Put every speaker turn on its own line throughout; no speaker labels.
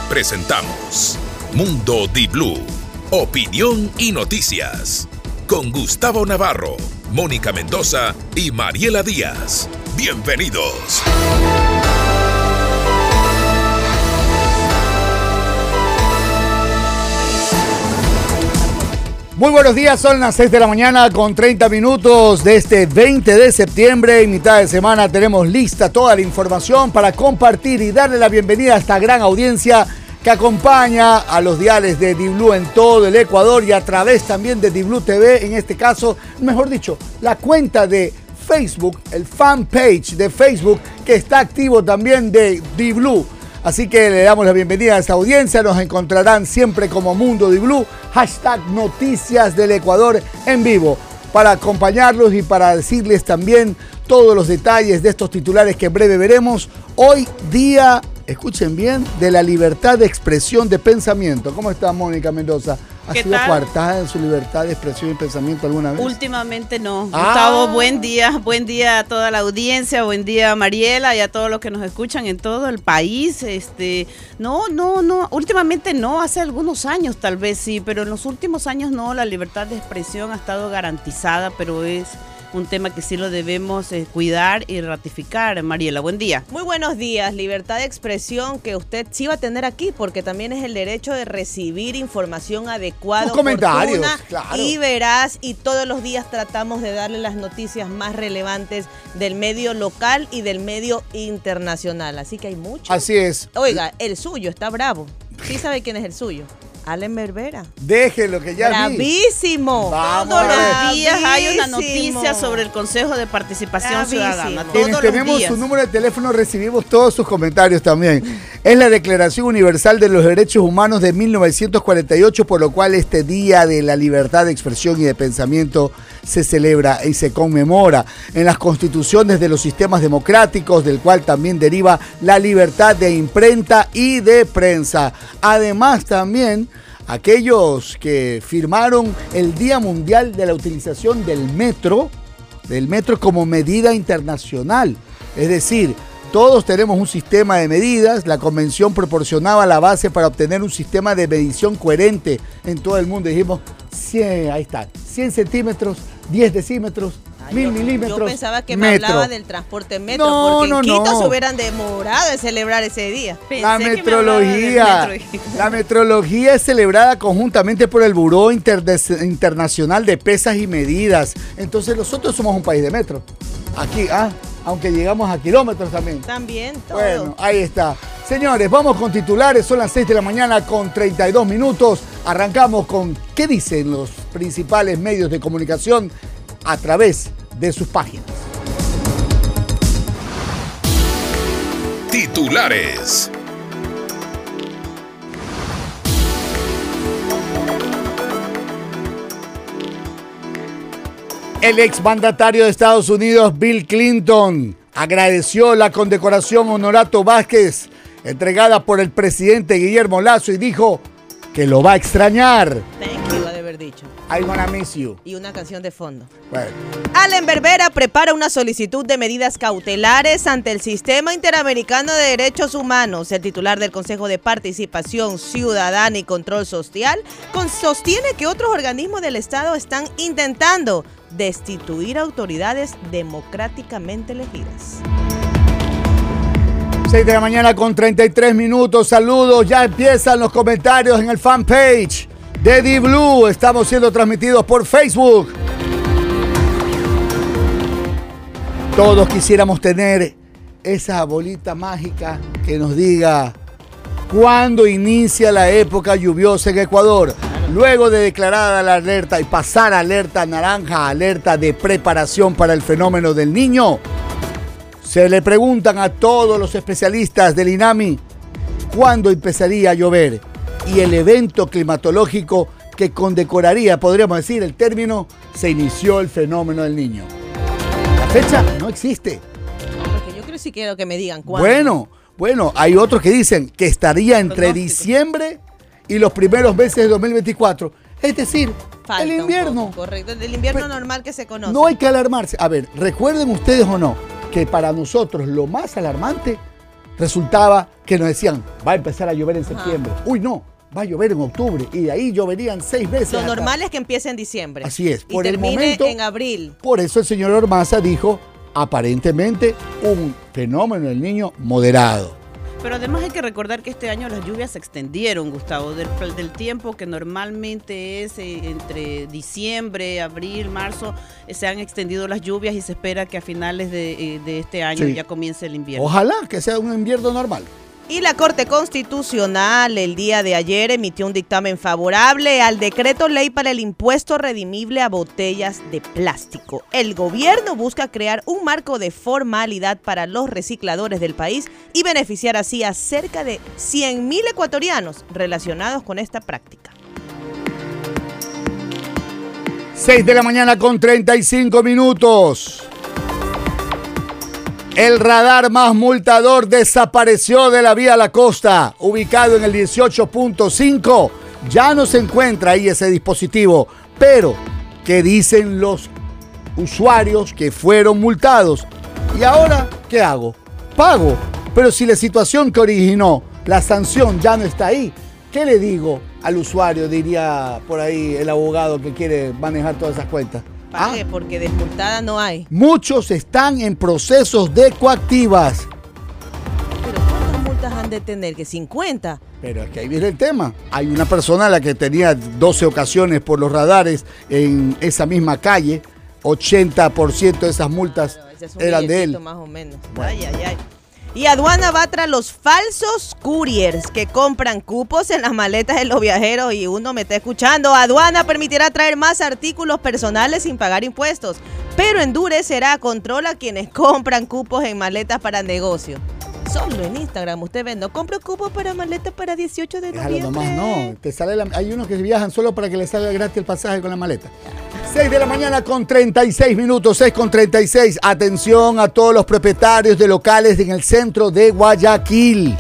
presentamos Mundo Di Blue, opinión y noticias, con Gustavo Navarro, Mónica Mendoza y Mariela Díaz. Bienvenidos.
Muy buenos días, son las 6 de la mañana con 30 minutos de este 20 de septiembre. En mitad de semana tenemos lista toda la información para compartir y darle la bienvenida a esta gran audiencia que acompaña a los diales de Di Blue en todo el Ecuador y a través también de Di Blue TV, en este caso, mejor dicho, la cuenta de Facebook, el fanpage de Facebook que está activo también de Di Blue. Así que le damos la bienvenida a esta audiencia. Nos encontrarán siempre como Mundo Di Blue, hashtag Noticias del Ecuador en vivo, para acompañarlos y para decirles también todos los detalles de estos titulares que en breve veremos. Hoy día, escuchen bien, de la libertad de expresión de pensamiento. ¿Cómo está Mónica Mendoza? ¿Ha sido coartada en su libertad de expresión y pensamiento alguna vez?
Últimamente no. Gustavo, buen día a toda la audiencia, buen día Mariela y a todos los que nos escuchan en todo el país. No, últimamente no, hace algunos años tal vez sí, pero en los últimos años no, la libertad de expresión ha estado garantizada, pero es un tema que sí lo debemos cuidar y ratificar. Mariela, buen día.
Muy buenos días. Libertad de expresión que usted sí va a tener aquí, porque también es el derecho de recibir información adecuada,
comentarios, claro,
y veraz, y todos los días tratamos de darle las noticias más relevantes del medio local y del medio internacional. Así que hay mucho.
Así es.
Oiga, el suyo está bravo. ¿Sí sabe quién es el suyo? Allen Berbera.
Déjelo que ya
¡bravísimo!
Todos los días hay una noticia sobre el Consejo de Participación Ciudadana.
Quienes tenemos su número de teléfono recibimos todos sus comentarios también. Es la Declaración Universal de los Derechos Humanos de 1948, por lo cual este Día de la Libertad de Expresión y de Pensamiento se celebra y se conmemora en las constituciones de los sistemas democráticos, del cual también deriva la libertad de imprenta y de prensa. Además también aquellos que firmaron el Día Mundial de la Utilización del metro como medida internacional. Es decir, todos tenemos un sistema de medidas. La convención proporcionaba la base para obtener un sistema de medición coherente en todo el mundo. Dijimos, 100, ahí está, 100 centímetros, 10 decímetros, 1000 milímetros.
Yo pensaba que me hablaba del transporte metro, porque en Quito se hubieran demorado en celebrar ese día.
La metrología es celebrada conjuntamente por el Buró Internacional de Pesas y Medidas. Entonces nosotros somos un país de metro. Aquí, aunque llegamos a kilómetros también.
También, todo.
Bueno, ahí está. Señores, vamos con titulares. Son las 6 de la mañana con 32 minutos. Arrancamos con qué dicen los principales medios de comunicación a través de sus páginas.
Titulares.
El exmandatario de Estados Unidos, Bill Clinton, agradeció la condecoración Honorato Vázquez entregada por el presidente Guillermo Lasso y dijo que lo va a extrañar.
Thank you, ha de haber dicho.
I wanna miss you.
Y una canción de fondo.
Bueno.
Allen Berbera prepara una solicitud de medidas cautelares ante el Sistema Interamericano de Derechos Humanos. El titular del Consejo de Participación Ciudadana y Control Social sostiene que otros organismos del Estado están intentando destituir autoridades democráticamente elegidas.
6 de la mañana con 33 minutos. Saludos, ya empiezan los comentarios en el fanpage de Di Blue. Estamos siendo transmitidos por Facebook. Todos quisiéramos tener esa bolita mágica que nos diga cuándo inicia la época lluviosa en Ecuador. Luego de declarada la alerta y pasar a alerta naranja, alerta de preparación para el fenómeno del Niño, se le preguntan a todos los especialistas del INAMI cuándo empezaría a llover y el evento climatológico que condecoraría, podríamos decir, el término, se inició el fenómeno del Niño. La fecha no existe.
Porque yo creo sí quiero que me digan cuándo.
Bueno, hay otros que dicen que estaría entre diciembre y los primeros meses de 2024. Es decir,
Falta
el invierno.
Poco, correcto, el invierno normal que se conoce.
No hay que alarmarse. A ver, recuerden ustedes o no, que para nosotros lo más alarmante resultaba que nos decían, va a empezar a llover en septiembre. Uy, no, va a llover en octubre. Y de ahí lloverían 6 veces.
Lo normal es que empiece en diciembre.
Así es.
Por y termine momento, en abril.
Por eso el señor Ormaza dijo, aparentemente, un fenómeno del Niño moderado.
Pero además hay que recordar que este año las lluvias se extendieron, Gustavo, del tiempo que normalmente es entre diciembre, abril, marzo, se han extendido las lluvias y se espera que a finales de este año ya comience el invierno.
Ojalá que sea un invierno normal.
Y la Corte Constitucional el día de ayer emitió un dictamen favorable al decreto ley para el impuesto redimible a botellas de plástico. El gobierno busca crear un marco de formalidad para los recicladores del país y beneficiar así a cerca de 100.000 ecuatorianos relacionados con esta práctica.
6 de la mañana con 35 minutos. El radar más multador desapareció de la vía La Costa, ubicado en el 18.5. Ya no se encuentra ahí ese dispositivo, pero ¿qué dicen los usuarios que fueron multados? ¿Y ahora qué hago? ¿Pago? Pero si la situación que originó la sanción ya no está ahí, ¿qué le digo al usuario? Diría por ahí el abogado que quiere manejar todas esas cuentas.
Pague, porque desmultada no hay.
Muchos están en procesos de coactivas.
¿Pero cuántas multas han de tener? ¿Que 50?
Pero es que ahí viene el tema. Hay una persona a la que tenía 12 ocasiones por los radares en esa misma calle. 80% de esas multas eran de él.
Más o menos. Bueno. Ay. Y aduana va tras los falsos couriers que compran cupos en las maletas de los viajeros. Y uno me está escuchando. Aduana permitirá traer más artículos personales sin pagar impuestos, pero endurecerá control a quienes compran cupos en maletas para negocio. Solo en Instagram usted ve, no compro cupos para maletas para 18 de noviembre.
Déjalo nomás, no. Te sale hay unos que viajan solo para que les salga gratis el pasaje con la maleta. 6 de la mañana con 36 minutos, 6 con 36. Atención a todos los propietarios de locales en el centro de Guayaquil.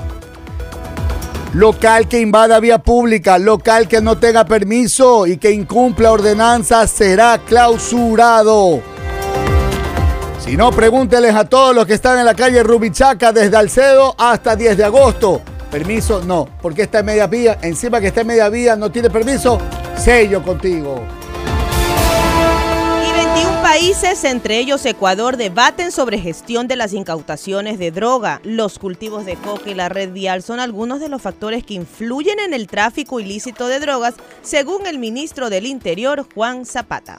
Local que invada vía pública, local que no tenga permiso y que incumpla ordenanzas será clausurado. Si no, pregúnteles a todos los que están en la calle Rubichaca desde Alcedo hasta 10 de agosto. Permiso, no, porque está en media vía. Encima que está en media vía, no tiene permiso, sello contigo.
Y 21 países, entre ellos Ecuador, debaten sobre gestión de las incautaciones de droga. Los cultivos de coca y la red vial son algunos de los factores que influyen en el tráfico ilícito de drogas, según el ministro del Interior, Juan Zapata.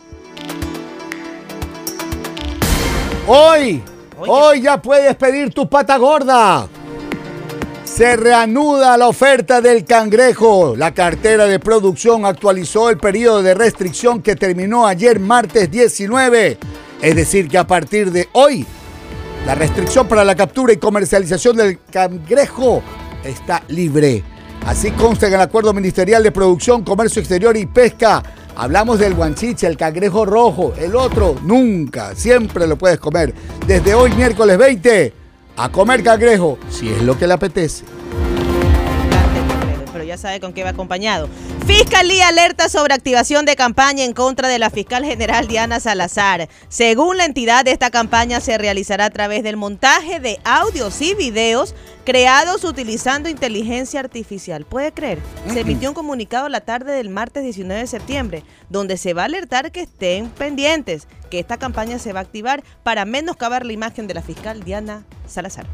Hoy ya puedes pedir tu pata gorda. Se reanuda la oferta del cangrejo. La cartera de producción actualizó el periodo de restricción que terminó ayer martes 19. Es decir, que a partir de hoy, la restricción para la captura y comercialización del cangrejo está libre. Así consta en el Acuerdo Ministerial de Producción, Comercio Exterior y Pesca. Hablamos del guanchiche, el cangrejo rojo, el otro nunca, siempre lo puedes comer. Desde hoy, miércoles 20, a comer cangrejo, si es lo que le apetece.
Pero ya sabe con qué va acompañado. Fiscalía alerta sobre activación de campaña en contra de la fiscal general Diana Salazar. Según la entidad, esta campaña se realizará a través del montaje de audios y videos creados utilizando inteligencia artificial. ¿Puede creer? Se emitió un comunicado la tarde del martes 19 de septiembre, donde se va a alertar que estén pendientes, que esta campaña se va a activar para menoscabar la imagen de la fiscal Diana Salazar.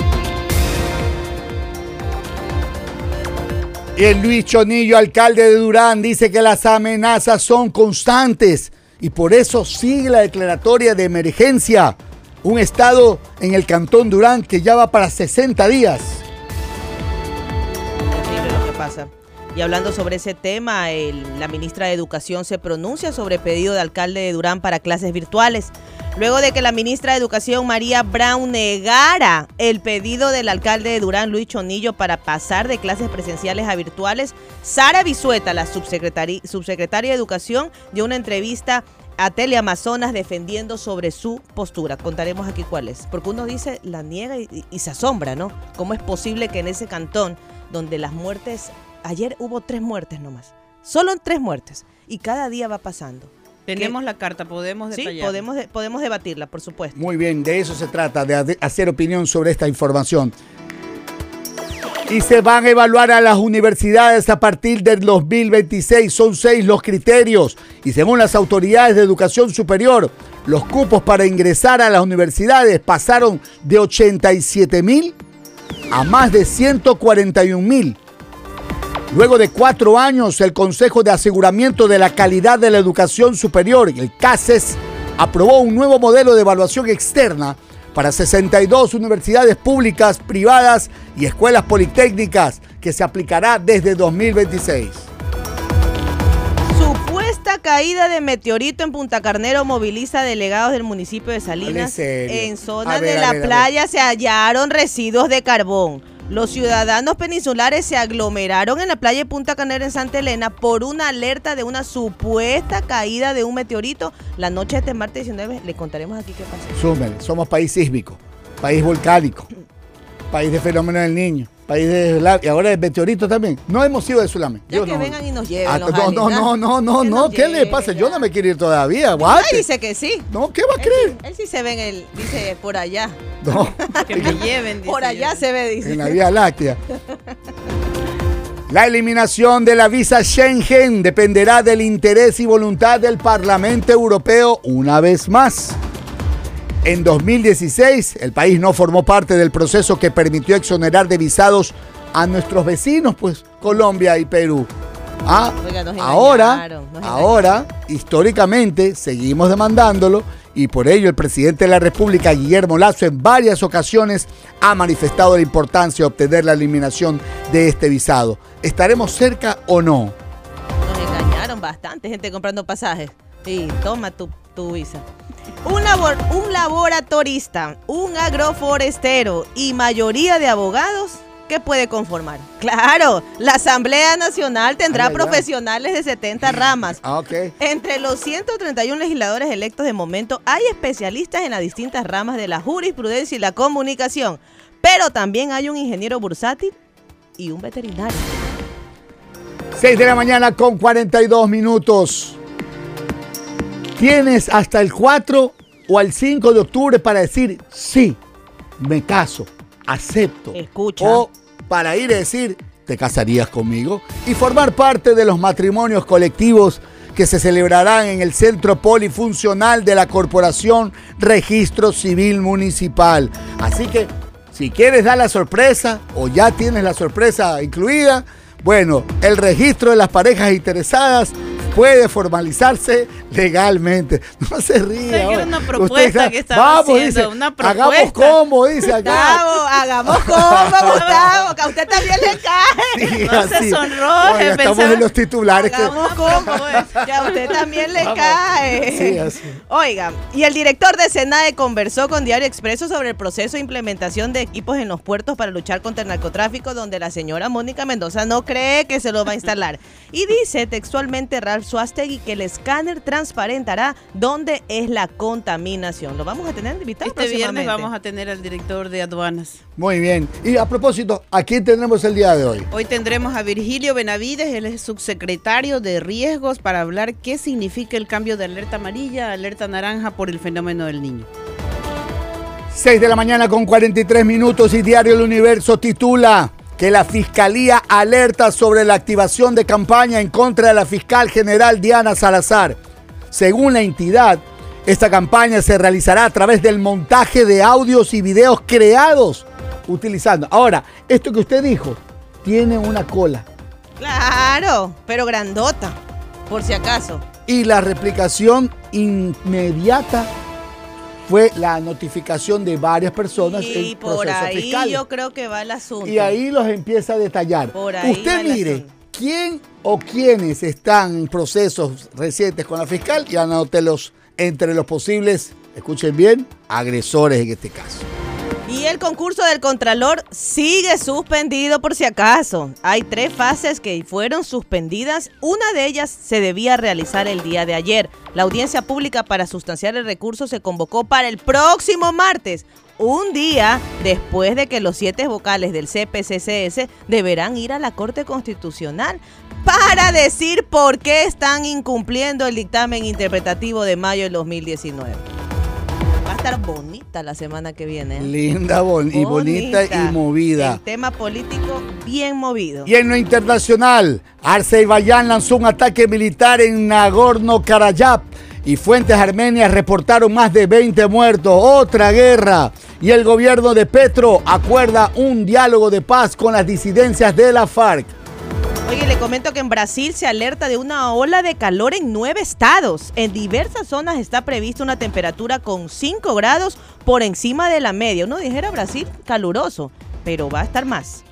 Y el Luis Chonillo, alcalde de Durán, dice que las amenazas son constantes y por eso sigue la declaratoria de emergencia. Un estado en el cantón Durán que ya va para 60 días.
Terrible lo que pasa. Y hablando sobre ese tema, la ministra de Educación se pronuncia sobre pedido de alcalde de Durán para clases virtuales. Luego de que la ministra de Educación, María Brown, negara el pedido del alcalde de Durán, Luis Chonillo, para pasar de clases presenciales a virtuales, Sara Bisueta, la subsecretaria de Educación, dio una entrevista a Teleamazonas defendiendo sobre su postura. Contaremos aquí cuál es. Porque uno dice, la niega y se asombra, ¿no? ¿Cómo es posible que en ese cantón, donde las muertes, ayer hubo 3 muertes nomás, solo 3 muertes, y cada día va pasando?
Tenemos la carta, podemos detallar.
Sí, podemos debatirla, por supuesto.
Muy bien, de eso se trata, de hacer opinión sobre esta información. Y se van a evaluar a las universidades a partir del 2026. Son 6 los criterios. Y según las autoridades de educación superior, los cupos para ingresar a las universidades pasaron de 87,000 a más de 141,000. Luego de 4 años, el Consejo de Aseguramiento de la Calidad de la Educación Superior, el CASES, aprobó un nuevo modelo de evaluación externa para 62 universidades públicas, privadas y escuelas politécnicas, que se aplicará desde 2026.
Supuesta caída de meteorito en Punta Carnero moviliza delegados del municipio de Salinas. En zonas de la playa se hallaron residuos de carbón. Los ciudadanos peninsulares se aglomeraron en la playa de Punta Carnero en Santa Elena por una alerta de una supuesta caída de un meteorito. La noche de este martes 19 les contaremos aquí qué pasó.
Súmele, somos país sísmico, país volcánico, país de fenómeno del niño, país de... Y ahora el meteorito también. No hemos sido de tsunami.
Ya que vengan y nos lleven los aliens,
no. ¿Qué le pasa? Yo no me quiero ir todavía.
Él dice que sí.
No, ¿qué va a creer?
Él sí se ve dice por allá.
No.
Que me lleven, dice.
Por allá se ve, dice.
En la Vía Láctea. La eliminación de la visa Schengen dependerá del interés y voluntad del Parlamento Europeo una vez más. En 2016, el país no formó parte del proceso que permitió exonerar de visados a nuestros vecinos, pues, Colombia y Perú. Ahora, históricamente, seguimos demandándolo y por ello el presidente de la República, Guillermo Lasso, en varias ocasiones ha manifestado la importancia de obtener la eliminación de este visado. ¿Estaremos cerca o no?
Nos engañaron bastante, gente comprando pasajes. Y toma tu visa. Un laboratorista, un agroforestero y mayoría de abogados, ¿qué puede conformar? Claro, la Asamblea Nacional tendrá profesionales de 70 ramas.
Okay.
Entre los 131 legisladores electos de momento hay especialistas en las distintas ramas de la jurisprudencia y la comunicación, pero también hay un ingeniero bursátil y un veterinario.
6 de la mañana con 42 minutos. Tienes hasta el 4 o al 5 de octubre para decir sí, me caso, acepto.
Escucha.
O para ir a decir, ¿te casarías conmigo? Y formar parte de los matrimonios colectivos que se celebrarán en el Centro Polifuncional de la Corporación Registro Civil Municipal. Así que, si quieres dar la sorpresa o ya tienes la sorpresa incluida, bueno, el registro de las parejas interesadas puede formalizarse legalmente. No se ría.
Era una propuesta que estaba haciendo,
dice,
una propuesta.
Hagamos combo, dice acá.
Hagamos combo, Gustavo, que a usted también le cae.
Sí,
no se sonroje.
Estamos en los titulares.
Hagamos combo, que a usted también le cae.
Sí, así.
Oiga, y el director de SENADE conversó con Diario Expreso sobre el proceso de implementación de equipos en los puertos para luchar contra el narcotráfico, donde la señora Mónica Mendoza no cree que se lo va a instalar. Y dice textualmente Ralph Suástegui que el escáner transparentará dónde es la contaminación. Lo vamos a tener invitado
este viernes. Vamos a tener al director de aduanas.
Muy bien. Y a propósito, ¿a quién tendremos el día de hoy?
Hoy tendremos a Virgilio Benavides, él es subsecretario de Riesgos, para hablar qué significa el cambio de alerta amarilla a alerta naranja por el fenómeno del Niño.
6 de la mañana con 43 minutos y Diario El Universo titula que la Fiscalía alerta sobre la activación de campaña en contra de la fiscal general Diana Salazar. Según la entidad, esta campaña se realizará a través del montaje de audios y videos creados utilizando. Ahora, esto que usted dijo, tiene una cola.
Claro, pero grandota, por si acaso.
Y la replicación inmediata fue la notificación de varias personas
y
en
por
procesos
ahí
fiscales.
yo creo que va el asunto.
Y ahí los empieza a detallar.
Por ahí
usted mire, ¿quién o quiénes están en procesos recientes con la fiscal? Y anótelos entre los posibles, escuchen bien, agresores en este caso.
Y el concurso del Contralor sigue suspendido por si acaso. Hay 3 fases que fueron suspendidas. Una de ellas se debía realizar el día de ayer. La audiencia pública para sustanciar el recurso se convocó para el próximo martes, un día después de que los 7 vocales del CPCCS deberán ir a la Corte Constitucional para decir por qué están incumpliendo el dictamen interpretativo de mayo del 2019. Va a estar bonita la semana que viene.
Linda, bonita y movida.
El tema político bien movido.
Y en lo internacional, Azerbaiyán lanzó un ataque militar en Nagorno-Karabaj y fuentes armenias reportaron más de 20 muertos. Otra guerra. Y el gobierno de Petro acuerda un diálogo de paz con las disidencias de la FARC.
Oye, le comento que en Brasil se alerta de una ola de calor en 9 estados. En diversas zonas está prevista una temperatura con 5 grados por encima de la media. Uno dijera Brasil caluroso, pero va a estar más.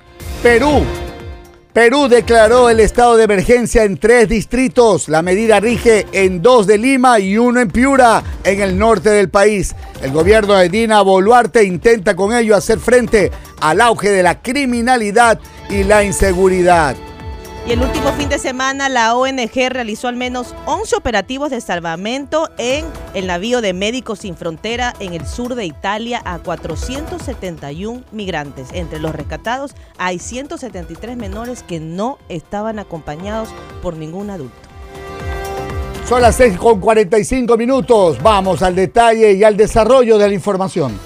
Perú declaró el estado de emergencia en 3 distritos. La medida rige en 2 de Lima y 1 en Piura, en el norte del país. El gobierno de Dina Boluarte intenta con ello hacer frente al auge de la criminalidad y la inseguridad.
Y el último fin de semana la ONG realizó al menos 11 operativos de salvamento en el navío de Médicos Sin Frontera en el sur de Italia a 471 migrantes. Entre los rescatados hay 173 menores que no estaban acompañados por ningún adulto.
Son las 6:45. Vamos al detalle y al desarrollo de la información.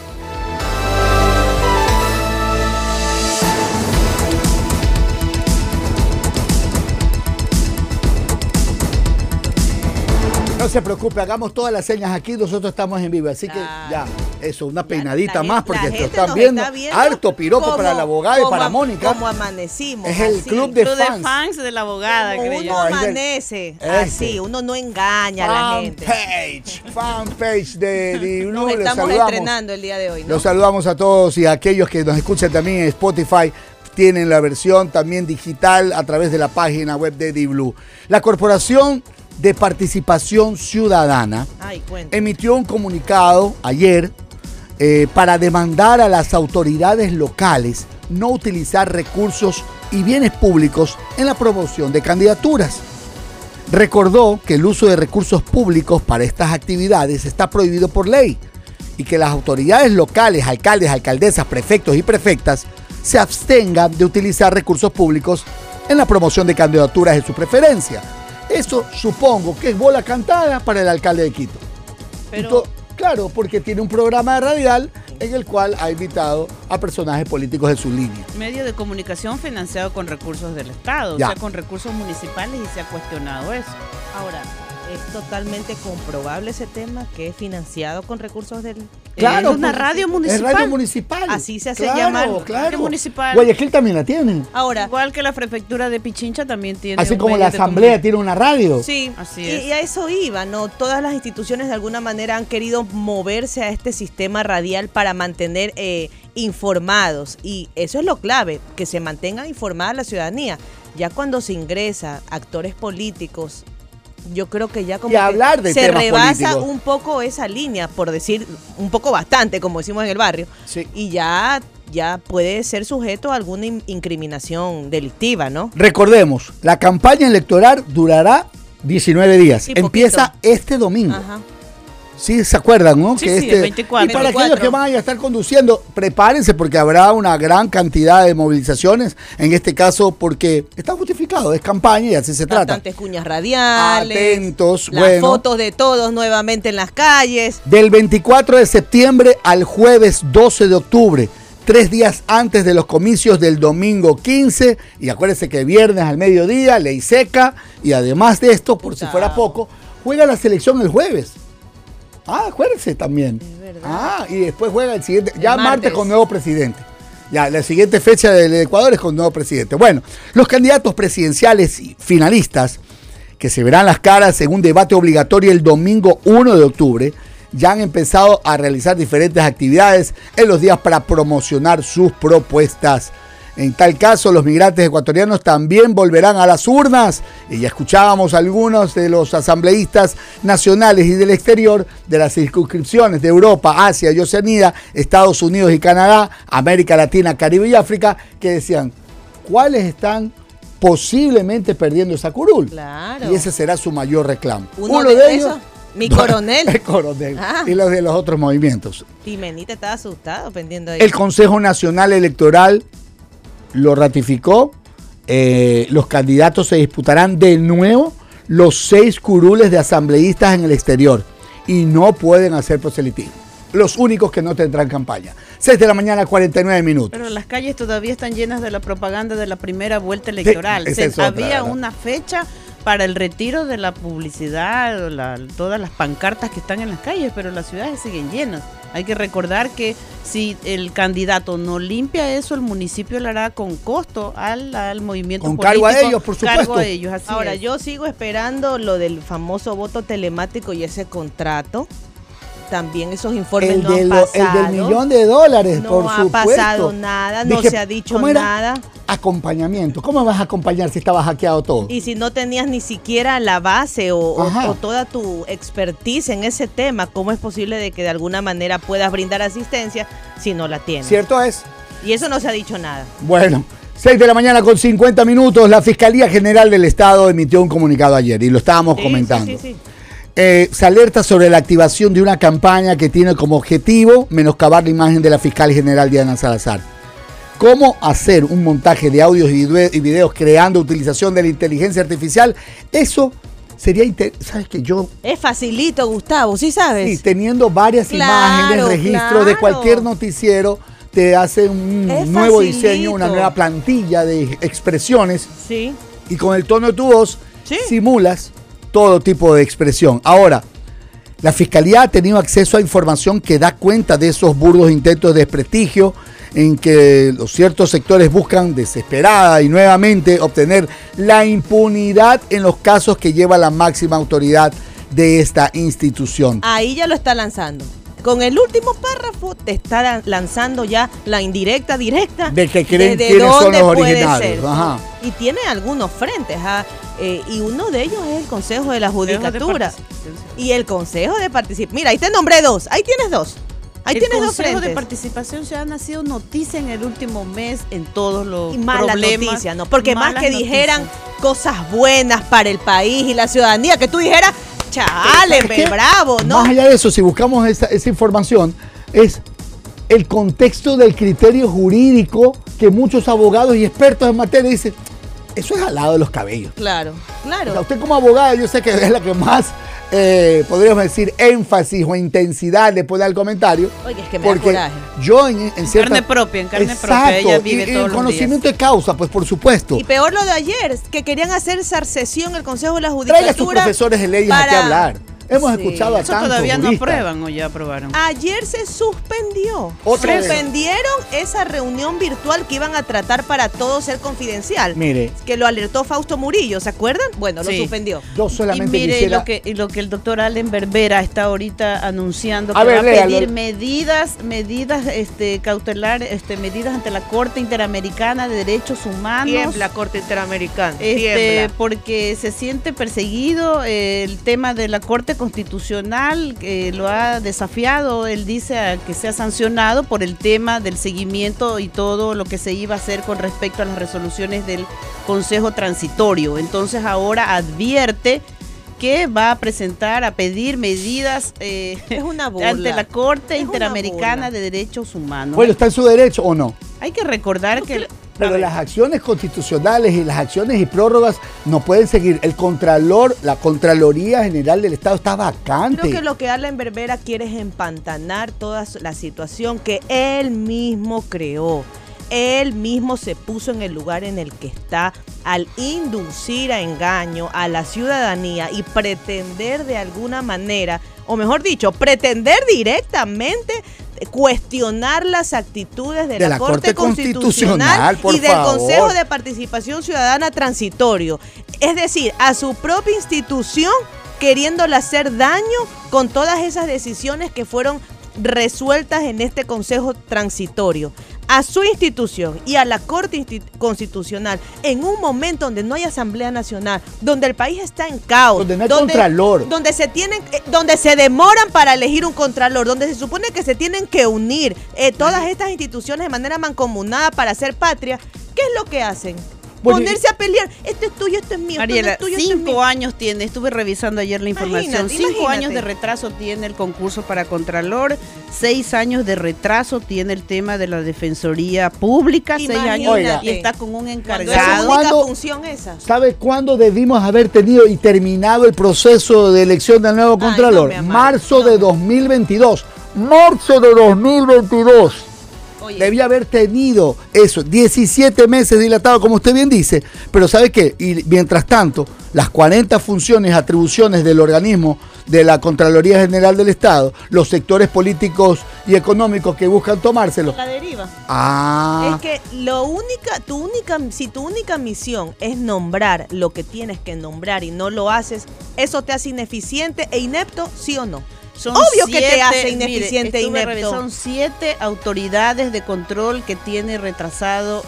No se preocupe, hagamos todas las señas aquí, nosotros estamos en vivo, así que ya, eso, una peinadita más, porque esto están viendo harto piropo para la abogada y para Mónica.
Como amanecimos.
Es el
así.
club de fans
de la abogada,
como
creo
uno
yo.
amanece, así, uno no engaña a la gente.
Fanpage de Diblu.
Nos estamos estrenando el día de hoy, ¿no?
Los saludamos a todos y a aquellos que nos escuchan también en Spotify. Tienen la versión también digital a través de la página web de Diblu. La Corporación de Participación Ciudadana emitió un comunicado ayer para demandar a las autoridades locales no utilizar recursos y bienes públicos en la promoción de candidaturas. Recordó que el uso de recursos públicos para estas actividades está prohibido por ley y que las autoridades locales, alcaldes, alcaldesas, prefectos y prefectas se abstengan de utilizar recursos públicos en la promoción de candidaturas de su preferencia. Eso supongo que es bola cantada para el alcalde de Quito.
Pero
claro, porque tiene un programa radial en el cual ha invitado a personajes políticos de su línea.
Medio de comunicación financiado con recursos del Estado,
ya.
O sea, con recursos municipales, y se ha cuestionado eso.
Ahora, es totalmente comprobable ese tema, que es financiado con recursos del...
Claro,
es una radio municipal.
Es radio municipal.
Así se hace llamar.
Claro.
Radio municipal.
Guayaquil también la tiene.
Ahora,
igual que la prefectura de Pichincha también tiene.
Así como la asamblea tiene una radio.
Sí,
así es.
Y a eso iba, ¿no? Todas las instituciones de alguna manera han querido moverse a este sistema radial para mantener informados. Y eso es lo clave, que se mantenga informada la ciudadanía. Ya cuando se ingresa actores políticos, yo creo que ya como
y hablar de
se rebasa
políticos.
Un poco esa línea, por decir un poco bastante, como decimos en el barrio,
sí.
Y ya puede ser sujeto a alguna incriminación delictiva, ¿no?
Recordemos, la campaña electoral durará 19 días.
Sí,
empieza este domingo.
Ajá.
Sí, ¿se acuerdan, no?
Sí,
que
sí, el 24.
Y para
24.
aquellos que van a estar conduciendo, prepárense porque habrá una gran cantidad de movilizaciones, en este caso porque está justificado, es campaña y así se trata.
Bastantes cuñas radiales.
Atentos,
las fotos de todos nuevamente en las calles.
Del 24 de septiembre al jueves 12 de octubre, 3 días antes de los comicios del domingo 15, y acuérdense que viernes al mediodía, ley seca, y además de esto, por si fuera poco, juega la selección el jueves. Acuérdense también.
Es verdad.
Y después juega el siguiente, ya
martes
martes con nuevo presidente. Ya, la siguiente fecha del Ecuador es con nuevo presidente. Bueno, los candidatos presidenciales y finalistas, que se verán las caras en un debate obligatorio el domingo 1 de octubre, ya han empezado a realizar diferentes actividades en los días para promocionar sus propuestas. En tal caso, los migrantes ecuatorianos también volverán a las urnas. Y ya escuchábamos a algunos de los asambleístas nacionales y del exterior de las circunscripciones de Europa, Asia y Oceanía, Estados Unidos y Canadá, América Latina, Caribe y África, que decían, ¿cuáles están posiblemente perdiendo esa curul?
Claro.
Y ese será su mayor reclamo.
Uno de ellos, mi coronel.
El coronel. Y los de los otros movimientos.
Pimenita estaba asustado pendiendo ahí.
El Consejo Nacional Electoral lo ratificó. Los candidatos se disputarán de nuevo los 6 curules de asambleístas en el exterior y no pueden hacer proselitismo. los únicos que no tendrán campaña. 6 de la mañana, 49 minutos.
Pero las calles todavía están llenas de la propaganda de la primera vuelta electoral. Había una fecha para el retiro de la publicidad, todas las pancartas que están en las calles, pero las ciudades siguen llenas. Hay que recordar que si el candidato no limpia eso, el municipio lo hará con costo al movimiento
con
político.
Con cargo a ellos, por supuesto.
Cargo a ellos, así
Ahora,
es.
yo sigo esperando lo del famoso voto telemático y ese contrato. También esos informes no han pasado.
El del $1.000.000, por supuesto.
No ha pasado nada, no se ha dicho nada.
Acompañamiento. ¿Cómo vas a acompañar si estaba hackeado todo?
Y si no tenías ni siquiera la base o toda tu expertise en ese tema, ¿cómo es posible de que de alguna manera puedas brindar asistencia si no la tienes?
Cierto es.
Y eso no se ha dicho nada.
Bueno, 6 de la mañana con 50 minutos. La Fiscalía General del Estado emitió un comunicado ayer y lo estábamos comentando.
Sí.
Se alerta sobre la activación de una campaña que tiene como objetivo menoscabar la imagen de la fiscal general Diana Salazar. ¿Cómo hacer un montaje de audios y videos creando utilización de la inteligencia artificial? Eso sería, ¿sabes qué?
Es facilito, Gustavo, ¿sí sabes?
Sí, teniendo varias imágenes, registro de cualquier noticiero, te hace un nuevo diseño, una nueva plantilla de expresiones.
Sí.
Y con el tono de tu voz simulas todo tipo de expresión. Ahora, la Fiscalía ha tenido acceso a información que da cuenta de esos burdos intentos de desprestigio en que los ciertos sectores buscan desesperada y nuevamente obtener la impunidad en los casos que lleva la máxima autoridad de esta institución.
Ahí ya lo está lanzando. Con el último párrafo te está lanzando ya la indirecta, directa.
De que creen quiénes son los originales.
Ajá. Y tiene algunos frentes. Y uno de ellos es el Consejo de la Judicatura. Y el Consejo de Participación. Mira, ahí te nombré dos. Ahí tienes dos. Ahí tienes dos frentes.
El Consejo de Participación Ciudadana ha sido noticia en el último mes en todos los
y mala
problemas.
Noticia, ¿no? Porque más que
noticias.
Dijeran cosas buenas para el país y la ciudadanía, que tú dijeras, chale, bravo, ¿no?
Más allá de eso, si buscamos esa información, es el contexto del criterio jurídico que muchos abogados y expertos en materia dicen, eso es al lado de los cabellos.
Claro.
O sea, usted como abogada, yo sé que es la que más, podríamos decir, énfasis o intensidad le pone al comentario.
Oye, es que me da coraje.
Yo en cierta...
En carne propia, ella vive todos los días.
Y conocimiento de causa, pues por supuesto.
Y peor lo de ayer, que querían hacer esa sesión en el Consejo de la Judicatura.
Traiga a sus profesores de leyes aquí a hablar. Hemos escuchado a
eso
tantos
todavía
juristas.
no aprueban o ya aprobaron.
Ayer se suspendió.
Suspendieron
esa reunión virtual que iban a tratar para todo ser confidencial.
Mire.
Que lo alertó Fausto Murillo, ¿se acuerdan? Bueno, lo suspendió.
Yo solamente
y mire
quisiera...
lo que el doctor Allen Berbera está ahorita anunciando, que
va a
pedir medidas cautelares, medidas ante la Corte Interamericana de Derechos Humanos.
Tiembla, Corte Interamericana.
Porque se siente perseguido el tema de la Corte Constitucional, que lo ha desafiado. Él dice que sea sancionado por el tema del seguimiento y todo lo que se iba a hacer con respecto a las resoluciones del Consejo Transitorio. Entonces ahora advierte que va a pedir medidas
es una burla.
ante la Corte Interamericana de Derechos Humanos.
Bueno, ¿está en su derecho o no?
Hay que recordar que...
Pero las acciones constitucionales y las acciones y prórrogas no pueden seguir. El Contralor, la Contraloría General del Estado está vacante.
Creo que lo que Allen Berbera quiere es empantanar toda la situación que él mismo creó. Él mismo se puso en el lugar en el que está al inducir a engaño a la ciudadanía y pretender de alguna manera, o mejor dicho, pretender directamente cuestionar las actitudes de la Corte Constitucional y del Consejo de Participación Ciudadana Transitorio. Es decir, a su propia institución queriéndole hacer daño con todas esas decisiones que fueron resueltas en este Consejo Transitorio. A su institución y a la Corte Constitucional en un momento donde no hay Asamblea Nacional, donde el país está en caos,
donde no hay contralor,
donde se demoran para elegir un contralor, donde se supone que se tienen que unir todas estas instituciones de manera mancomunada para hacer patria. ¿Qué es lo que hacen? Ponerse a pelear, esto es tuyo, esto es mío.
Mariela,
esto es tuyo,
5 años tiene, estuve revisando ayer la información, 5 años de
Imagínate.
retraso tiene el concurso para Contralor, 6 años de retraso tiene el tema de la Defensoría Pública, 6 años,
Oiga,
y está con un
Cuando
encargado.
es la única
¿Cuándo?
función esa.
¿Sabe cuándo debimos haber tenido y terminado el proceso de elección del nuevo Contralor?
no me amargue,
Marzo
no.
de 2022. marzo de 2022.
Oye.
Debía haber tenido eso, 17 meses dilatado, como usted bien dice, pero ¿sabe qué? Y mientras tanto, las 40 funciones, atribuciones del organismo de la Contraloría General del Estado, los sectores políticos y económicos que buscan tomárselo.
La deriva.
Ah.
Es que si tu única misión es nombrar lo que tienes que nombrar y no lo haces, ¿eso te hace ineficiente e inepto, sí o no?
Son
Obvio
7,
que te hace ineficiente e inepto.
Son 7 autoridades de control que tiene retrasado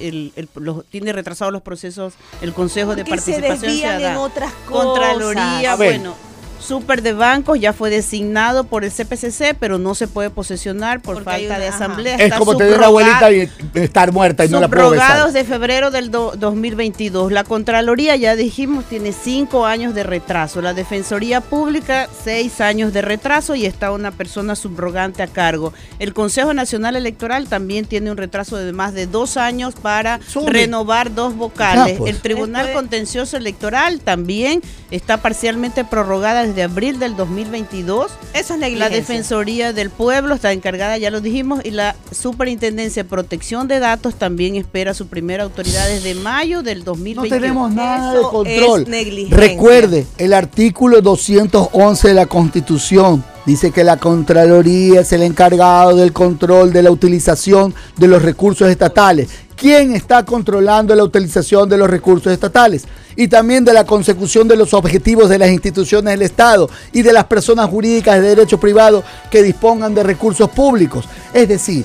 tiene retrasados los procesos el Consejo de Participación
se desvían
Ciudadana.
en otras cosas.
Contraloría, bueno. Súper de bancos ya fue designado por el CPCC, pero no se puede posesionar por falta de asamblea.
Es como tener una abuelita y estar muerta y no la puedo besar.
Subrogados de febrero del 2022. La Contraloría, ya dijimos, tiene 5 años de retraso. La Defensoría Pública, 6 años de retraso y está una persona subrogante a cargo. El Consejo Nacional Electoral también tiene un retraso de más de 2 años para renovar 2 vocales.
Pues.
El Tribunal Contencioso Electoral también está parcialmente prorrogada desde abril del 2022.
Eso es negligencia.
La Defensoría del Pueblo está encargada, ya lo dijimos, y la Superintendencia de Protección de Datos también espera su primera autoridad desde mayo del 2021.
No tenemos nada
Eso
de control.
es negligencia.
Recuerde, el artículo 211 de la Constitución dice que la Contraloría es el encargado del control de la utilización de los recursos estatales. ¿Quién está controlando la utilización de los recursos estatales? Y también de la consecución de los objetivos de las instituciones del Estado y de las personas jurídicas de derecho privado que dispongan de recursos públicos. Es decir,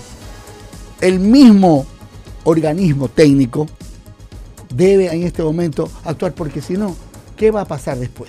el mismo organismo técnico debe en este momento actuar, porque si no, ¿qué va a pasar después?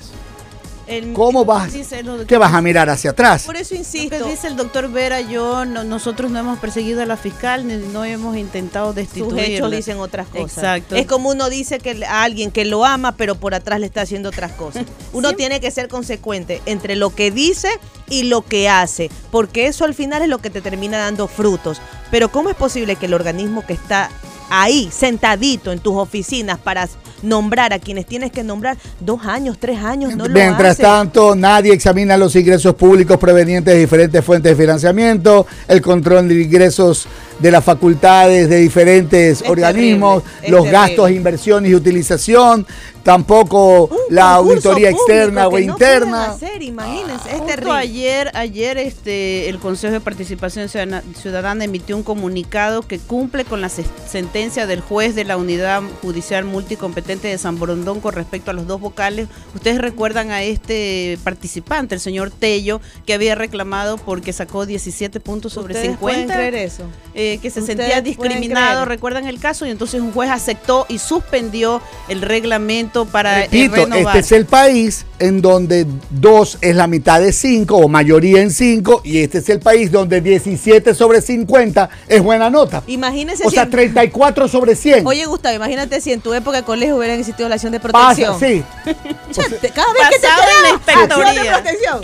¿Cómo vas? ¿Qué vas a mirar hacia atrás?
Por eso insisto.
Lo que dice el doctor Vera, nosotros no hemos perseguido a la fiscal, ni no hemos intentado destituirla.
Sus hechos dicen otras cosas.
Exacto.
Es como uno dice que a alguien que lo ama, pero por atrás le está haciendo otras cosas. Uno tiene que ser consecuente entre lo que dice y lo que hace, porque eso al final es lo que te termina dando frutos. Pero ¿cómo es posible que el organismo que está ahí, sentadito en tus oficinas para nombrar a quienes tienes que nombrar, 2 años, 3 años, no lo hace?
Mientras tanto, nadie examina los ingresos públicos provenientes de diferentes fuentes de financiamiento, el control de ingresos de las facultades de diferentes organismos, los gastos, inversiones y utilización, tampoco la auditoría externa o interna.
Hacer, imagínense, es
Justo
terrible.
ayer el Consejo de Participación Ciudadana emitió un comunicado que cumple con la sentencia del juez de la Unidad Judicial Multicompetente de San Borondón con respecto a los 2 vocales. Ustedes recuerdan a este participante, el señor Tello, que había reclamado porque sacó 17 puntos sobre 50.
¿Pueden creer eso?
Que se sentía discriminado, recuerdan el caso, y entonces un juez aceptó y suspendió el reglamento para
Repito,
renovar.
este es el país en donde 2 es la mitad de 5 o mayoría en 5, y este es el país donde 17 sobre 50 es buena nota.
Imagínense.
O sea, 34 sobre 100.
Oye, Gustavo, imagínate si en tu época de colegio hubieran existido la acción de protección.
Pasa, sí.
Cada vez que te
Pasado en la inspectoría.
acción de protección.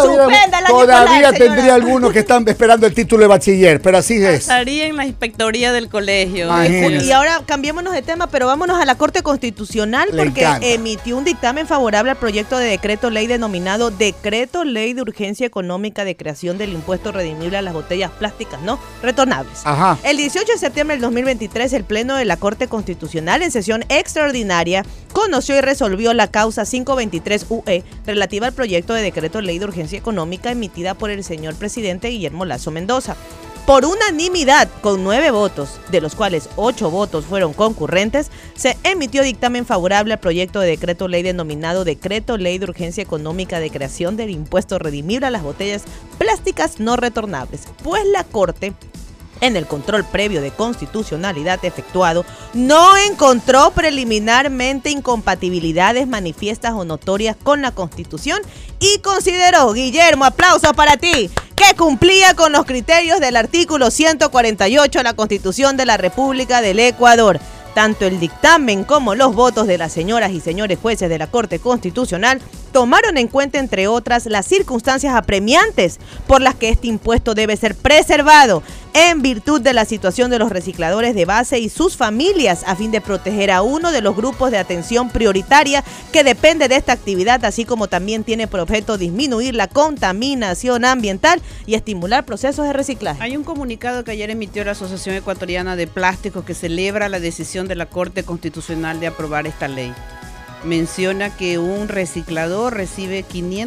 Todavía tendría algunos que están esperando el título de bachiller, pero así es.
Pasaría en la inspectoría del colegio.
Imagínense.
Y ahora cambiémonos de tema, pero vámonos a la Corte Constitucional,
Le
porque
encanta.
emitió un dictamen favorable al proyecto de decreto ley denominado Decreto Ley de Urgencia Económica de Creación del Impuesto Redimible a las Botellas Plásticas No Retornables.
Ajá.
El 18 de septiembre del 2023, el Pleno de la Corte Constitucional, en sesión extraordinaria, conoció y resolvió la causa 523UE relativa al proyecto de decreto ley de urgencia económica emitida por el señor presidente Guillermo Lasso Mendoza. Por unanimidad, con 9 votos, de los cuales 8 votos fueron concurrentes, se emitió dictamen favorable al proyecto de decreto ley denominado Decreto Ley de Urgencia Económica de Creación del Impuesto Redimible a las Botellas Plásticas No Retornables, pues la Corte, en el control previo de constitucionalidad efectuado, no encontró preliminarmente incompatibilidades manifiestas o notorias con la Constitución y consideró, Guillermo, aplauso para ti, que cumplía con los criterios del artículo 148 de la Constitución de la República del Ecuador. Tanto el dictamen como los votos de las señoras y señores jueces de la Corte Constitucional tomaron en cuenta, entre otras, las circunstancias apremiantes por las que este impuesto debe ser preservado, en virtud de la situación de los recicladores de base y sus familias, a fin de proteger a uno de los grupos de atención prioritaria que depende de esta actividad, así como también tiene por objeto disminuir la contaminación ambiental y estimular procesos de reciclaje.
Hay un comunicado que ayer emitió la Asociación Ecuatoriana de Plásticos que celebra la decisión de la Corte Constitucional de aprobar esta ley. Menciona que un reciclador recibe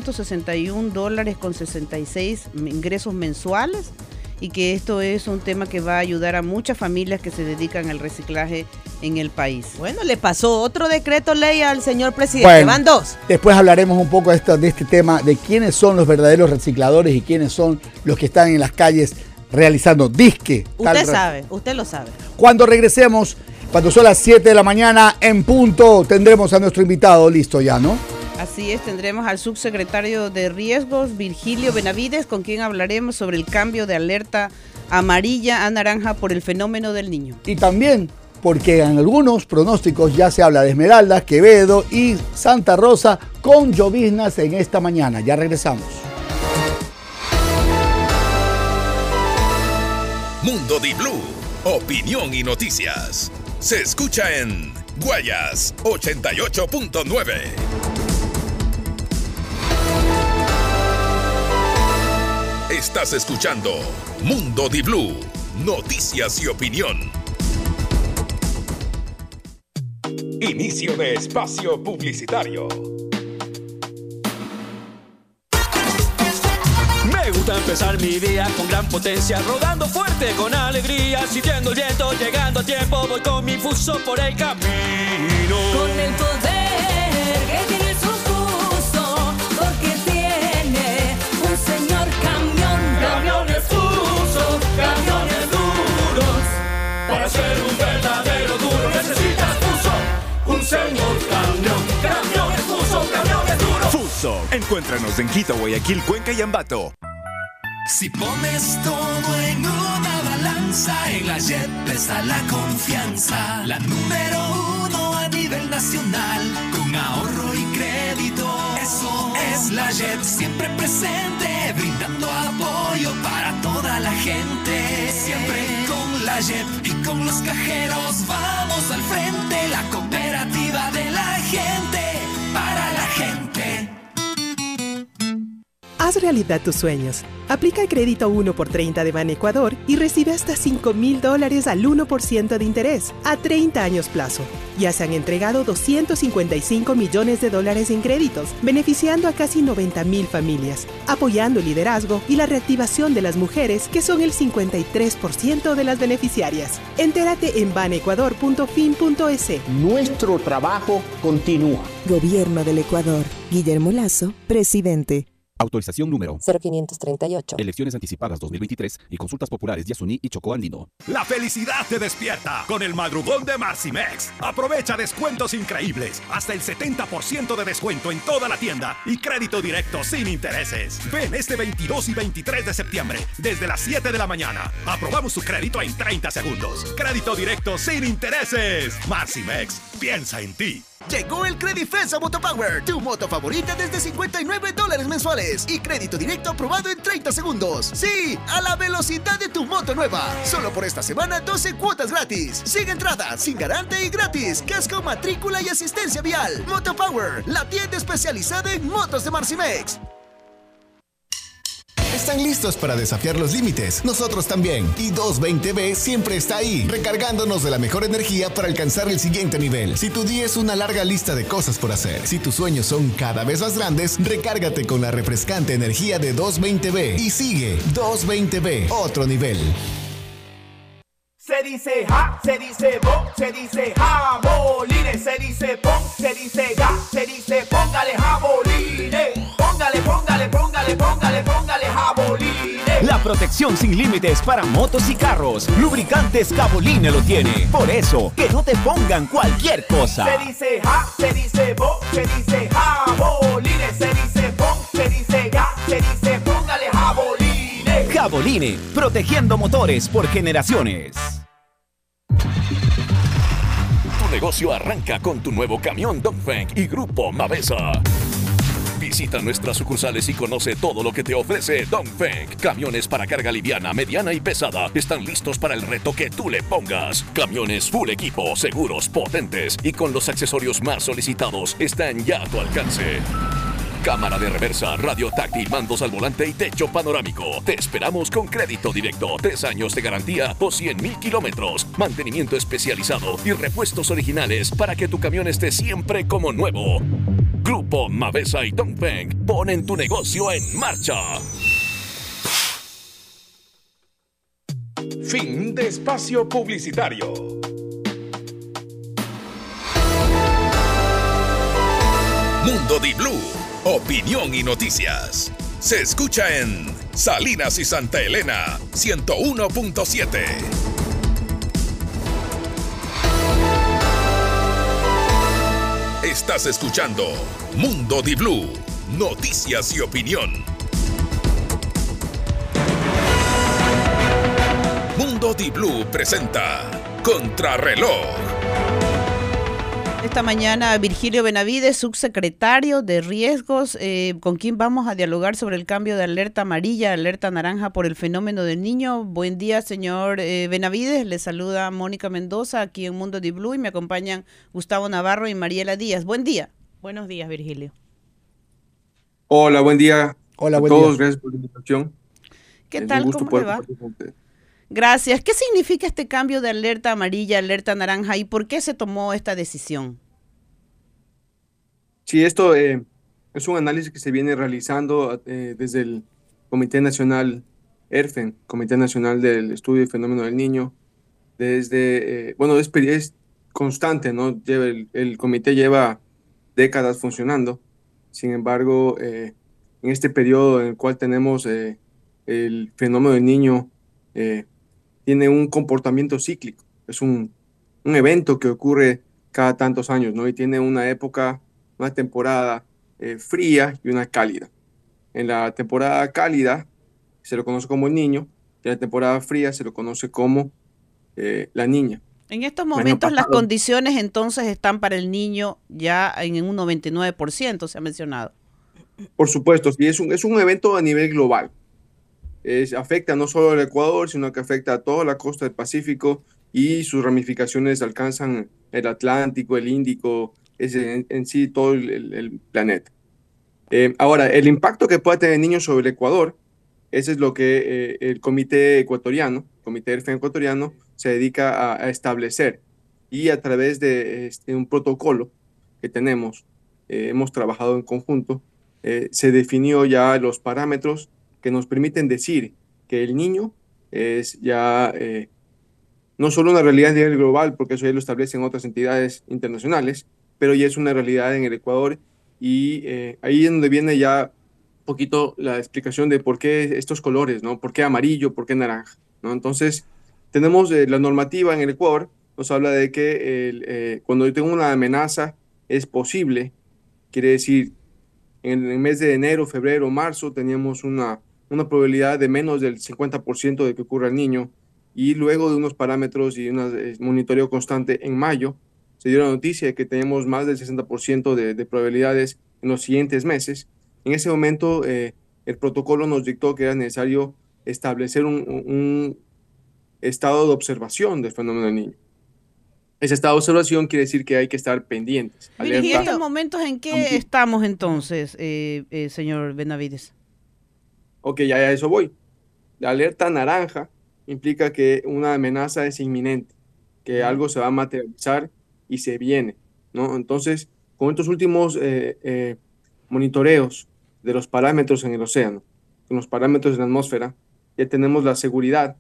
$561.66 ingresos mensuales y que esto es un tema que va a ayudar a muchas familias que se dedican al reciclaje en el país.
Bueno, le pasó otro decreto ley al señor presidente, van dos.
Después hablaremos un poco de este tema, de quiénes son los verdaderos recicladores y quiénes son los que están en las calles realizando disque.
Usted lo sabe.
Cuando regresemos, cuando son las 7 de la mañana en punto, tendremos a nuestro invitado listo ya, ¿no?
Así es, tendremos al subsecretario de Riesgos, Virgilio Benavides, con quien hablaremos sobre el cambio de alerta amarilla a naranja por el fenómeno del Niño.
Y también porque en algunos pronósticos ya se habla de Esmeraldas, Quevedo y Santa Rosa con lloviznas en esta mañana. Ya regresamos.
Mundo Di Blue, opinión y noticias. Se escucha en Guayas 88.9. Estás escuchando Mundo Di Blue, noticias y opinión. Inicio de espacio publicitario.
Me gusta empezar mi día con gran potencia, rodando fuerte con alegría, sintiendo el viento, llegando a tiempo, voy con mi fuso por el camino.
Con el poder que tiene su fuso, porque tiene un señor camión.
Camiones fuso, camiones duros, para ser un verdadero duro necesitas fuso, un señor camión. Camiones fuso, camiones duros.
Fuso, encuéntranos en Quito, Guayaquil, Cuenca y Ambato.
Si pones todo en una balanza, en la JEP está la confianza. La número 1 a nivel nacional, con ahorro y crédito. Eso es la JEP, siempre presente, brindando apoyo para toda la gente. Siempre con la JEP y con los cajeros vamos al frente. La cooperativa de la gente, para la gente.
Haz realidad tus sueños. Aplica el crédito 1x30 de Banecuador y recibe hasta $5,000 al 1% de interés a 30 años plazo. Ya se han entregado $255 millones en créditos, beneficiando a casi 90,000 familias, apoyando el liderazgo y la reactivación de las mujeres, que son el 53% de las beneficiarias. Entérate en banecuador.fin.es.
Nuestro trabajo continúa.
Gobierno del Ecuador. Guillermo Lasso, presidente.
Autorización número
0538.
Elecciones anticipadas 2023 y consultas populares Yasuní y Chocó Andino.
La felicidad te despierta con el madrugón de Marcimex. Aprovecha descuentos increíbles, hasta el 70% de descuento en toda la tienda y crédito directo sin intereses. Ven este 22 y 23 de septiembre desde las 7 de la mañana. Aprobamos tu crédito en 30 segundos. Crédito directo sin intereses. Marcimex, piensa en ti.
Llegó el Credifesa Motopower, tu moto favorita desde $59 mensuales y crédito directo aprobado en 30 segundos. Sí, a la velocidad de tu moto nueva. Solo por esta semana 12 cuotas gratis, sin entrada, sin garante y gratis. Casco, matrícula y asistencia vial. Motopower, la tienda especializada en motos de Marcimex.
¿Están listos para desafiar los límites? Nosotros también. Y 220B siempre está ahí, recargándonos de la mejor energía para alcanzar el siguiente nivel. Si tu día es una larga lista de cosas por hacer, si tus sueños son cada vez más grandes, recárgate con la refrescante energía de 220B y sigue 220B, otro nivel.
Se dice ja, se dice bo, se dice jabolines, se dice pon, se dice ga, se dice póngale jabolines. Póngale, póngale, póngale, póngale, póngale jabolines.
La protección sin límites para motos y carros. Lubricantes Caboline lo tiene. Por eso, que no te pongan cualquier cosa.
Se dice ja, se dice bo, se dice jabolines, se dice pon, se dice ga, se dice póngale jabolines.
Caboline, protegiendo motores por generaciones.
Tu negocio arranca con tu nuevo camión Dongfeng y Grupo Mavesa.
Visita nuestras sucursales y conoce todo lo que te ofrece Dongfeng. Camiones para carga liviana, mediana y pesada están listos para el reto que tú le pongas. Camiones full equipo, seguros, potentes y con los accesorios más solicitados están ya a tu alcance. Cámara de reversa, radio táctil, mandos al volante y techo panorámico. Te esperamos con crédito directo, 3 años de garantía o 100,000 kilómetros. Mantenimiento especializado y repuestos originales para que tu camión esté siempre como nuevo. Grupo Mavesa y Dongfeng ponen tu negocio en marcha.
Fin de espacio publicitario. Mundo Di Blue, opinión y noticias. Se escucha en Salinas y Santa Elena, 101.7. Estás escuchando Mundo Di Blue, noticias y opinión. Mundo Di Blue presenta Contrarreloj.
Esta mañana Virgilio Benavides, subsecretario de Riesgos, con quien vamos a dialogar sobre el cambio de alerta amarilla a alerta naranja por el fenómeno del Niño. Buen día, señor Benavides. Le saluda Mónica Mendoza aquí en Mundo Di Blue y me acompañan Gustavo Navarro y Mariela Díaz. Buen día.
Buenos días, Virgilio.
Hola, buen día.
Hola,
a
buen
todos,
día.
gracias por la invitación.
¿Qué tal? ¿Cómo le va? Gracias. ¿Qué significa este cambio de alerta amarilla a alerta naranja y por qué se tomó esta decisión?
Sí, esto es un análisis que se viene realizando desde el Comité Nacional ERFEN, Comité Nacional del Estudio y Fenómeno del Niño, desde, es constante, ¿no? El comité lleva décadas funcionando, sin embargo, en este periodo en el cual tenemos el fenómeno del niño, tiene un comportamiento cíclico, es un evento que ocurre cada tantos años, ¿no? Y tiene una época, una temporada fría y una cálida. En la temporada cálida se lo conoce como el niño, y en la temporada fría se lo conoce como la niña.
En estos momentos las condiciones entonces están para el niño ya en un 99%, se ha mencionado.
Por supuesto, sí, es un evento a nivel global. Afecta no solo al Ecuador, sino que afecta a toda la costa del Pacífico y sus ramificaciones alcanzan el Atlántico, el Índico, en sí todo el planeta. Ahora, el impacto que puede tener el niño sobre el Ecuador, ese es lo que el comité ecuatoriano, Comité ERFEN ecuatoriano, se dedica a establecer. Y a través de un protocolo que tenemos, hemos trabajado en conjunto, se definió ya los parámetros que nos permiten decir que el niño es ya no solo una realidad a nivel global, porque eso ya lo establecen otras entidades internacionales, pero ya es una realidad en el Ecuador y ahí es donde viene ya un poquito la explicación de por qué estos colores, ¿no? ¿Por qué amarillo? ¿Por qué naranja? ¿No? Entonces, tenemos la normativa en el Ecuador, nos habla de que cuando yo tengo una amenaza es posible, quiere decir, en el mes de enero, febrero, marzo, teníamos una probabilidad de menos del 50% de que ocurra al niño, y luego de unos parámetros y un monitoreo constante en mayo, se dio la noticia de que teníamos más del 60% de probabilidades en los siguientes meses. En ese momento, el protocolo nos dictó que era necesario establecer un estado de observación del fenómeno del niño. Ese estado de observación quiere decir que hay que estar pendientes.
¿Y en estos momentos en qué estamos entonces, señor Benavides?
Ok, ya a eso voy. La alerta naranja implica que una amenaza es inminente, que algo se va a materializar y se viene, ¿no? Entonces, con estos últimos monitoreos de los parámetros en el océano, con los parámetros de la atmósfera, ya tenemos la seguridad,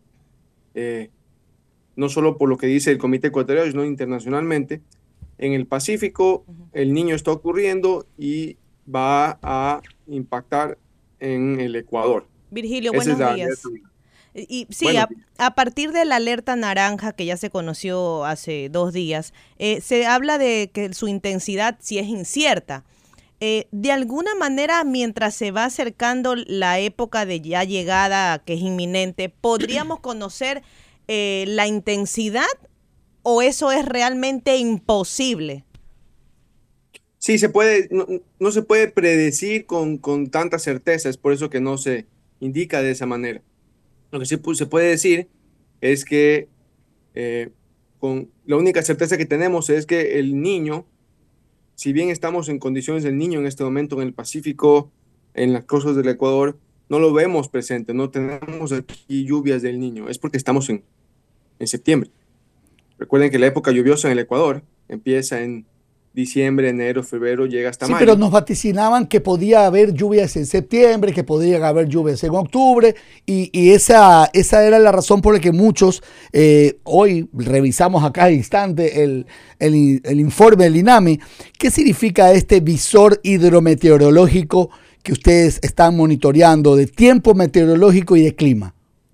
no solo por lo que dice el Comité Ecuatoriano, sino internacionalmente. En el Pacífico, el niño está ocurriendo y va a impactar en el Ecuador.
Virgilio, buenos días. Y sí, bueno, a partir de la alerta naranja que ya se conoció hace 2 días, se habla de que su intensidad sí es incierta. De alguna manera, mientras se va acercando la época de ya llegada, que es inminente, ¿podríamos conocer la intensidad o eso es realmente imposible?
Sí, se puede, no se puede predecir con tanta certeza, es por eso que no se indica de esa manera. Lo que sí se puede decir es que con la única certeza que tenemos es que el niño, si bien estamos en condiciones del niño en este momento en el Pacífico, en las costas del Ecuador, no lo vemos presente, no tenemos aquí lluvias del niño, es porque estamos en septiembre. Recuerden que la época lluviosa en el Ecuador empieza en diciembre, enero, febrero, llega hasta
Sí,
mayo.
pero nos vaticinaban que podía haber lluvias en septiembre, que podían haber lluvias en octubre, y esa era la razón por la que muchos, hoy revisamos a cada instante el informe del INAME. ¿Qué significa este visor hidrometeorológico que ustedes están monitoreando de tiempo meteorológico y de clima?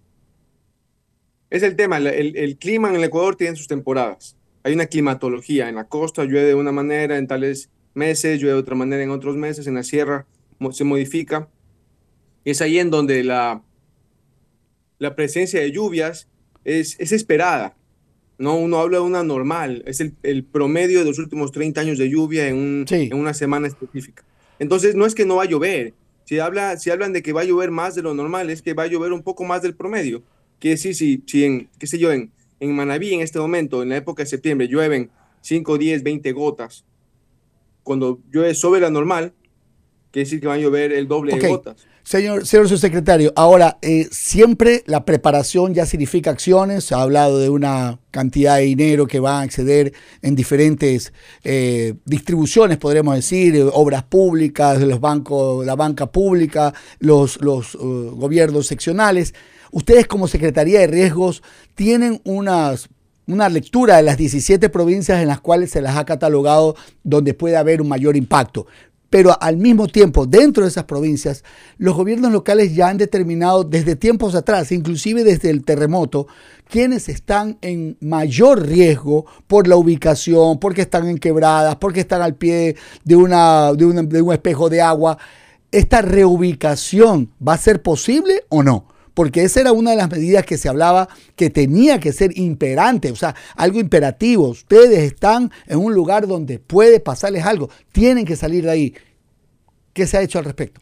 Es el tema, el clima en el Ecuador tiene sus temporadas. Hay una climatología, en la costa llueve de una manera en tales meses, llueve de otra manera en otros meses, en la sierra se modifica. Es ahí en donde la presencia de lluvias es esperada. No, uno habla de una normal, es el promedio de los últimos 30 años de lluvia en una semana específica. Entonces no es que no va a llover, si hablan de que va a llover más de lo normal, es que va a llover un poco más del promedio. Quiere decir, si en, qué sé yo, en Manabí en este momento, en la época de septiembre, llueven 5, 10, 20 gotas, cuando llueve sobre la normal, quiere decir que va a llover el doble de gotas.
Señor subsecretario, ahora, siempre la preparación ya significa acciones. Se ha hablado de una cantidad de dinero que va a acceder en diferentes distribuciones, podríamos decir, obras públicas, los bancos, la banca pública, los gobiernos seccionales. Ustedes como Secretaría de Riesgos tienen una lectura de las 17 provincias en las cuales se las ha catalogado donde puede haber un mayor impacto. Pero al mismo tiempo, dentro de esas provincias, los gobiernos locales ya han determinado desde tiempos atrás, inclusive desde el terremoto, quienes están en mayor riesgo por la ubicación, porque están en quebradas, porque están al pie de un espejo de agua. ¿Esta reubicación va a ser posible o no? Porque esa era una de las medidas que se hablaba que tenía que ser imperante, o sea, algo imperativo. Ustedes están en un lugar donde puede pasarles algo, tienen que salir de ahí. ¿Qué se ha hecho al respecto?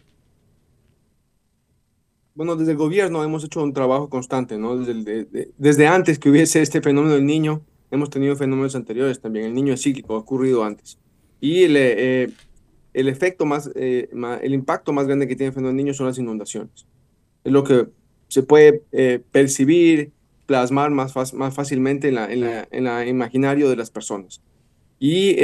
Bueno, desde el gobierno hemos hecho un trabajo constante, ¿no? Desde antes que hubiese este fenómeno del niño, hemos tenido fenómenos anteriores también. El niño es cíclico, ha ocurrido antes. Y el efecto el impacto más grande que tiene el fenómeno del niño son las inundaciones. Es lo que se puede percibir, plasmar más fácilmente en el imaginario de las personas. Y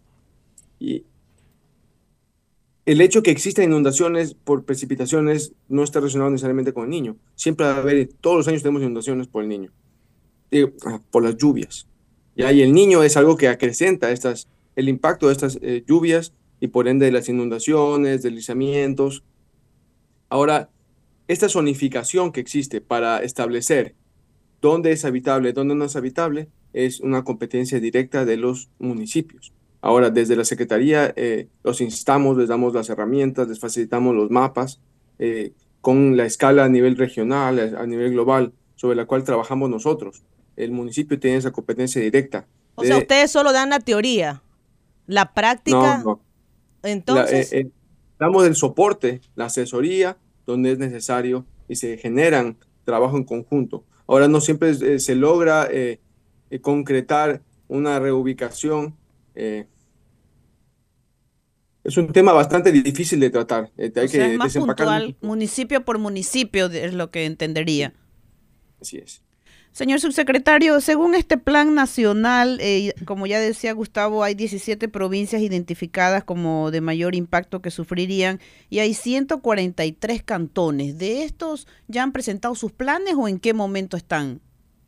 el hecho que existan inundaciones por precipitaciones no está relacionado necesariamente con el niño. Siempre va a haber, todos los años tenemos inundaciones por el niño, por las lluvias. Y el niño es algo que acrecenta el impacto de estas lluvias y por ende de las inundaciones, deslizamientos. Ahora, esta zonificación que existe para establecer dónde es habitable, dónde no es habitable, es una competencia directa de los municipios. Ahora, desde la Secretaría los instamos, les damos las herramientas, les facilitamos los mapas con la escala a nivel regional, a nivel global, sobre la cual trabajamos nosotros. El municipio tiene esa competencia directa.
O sea, ustedes solo dan la teoría, la práctica.
No.
Entonces,
damos el soporte, la asesoría, donde es necesario y se generan trabajo en conjunto. Ahora no siempre se logra concretar una reubicación. Es un tema bastante difícil de tratar. Hay que
es más
desempacar
puntual, municipio por municipio, es lo que entendería.
Así es.
Señor subsecretario, según este plan nacional, como ya decía Gustavo, hay 17 provincias identificadas como de mayor impacto que sufrirían y hay 143 cantones. ¿De estos ya han presentado sus planes o en qué momento están?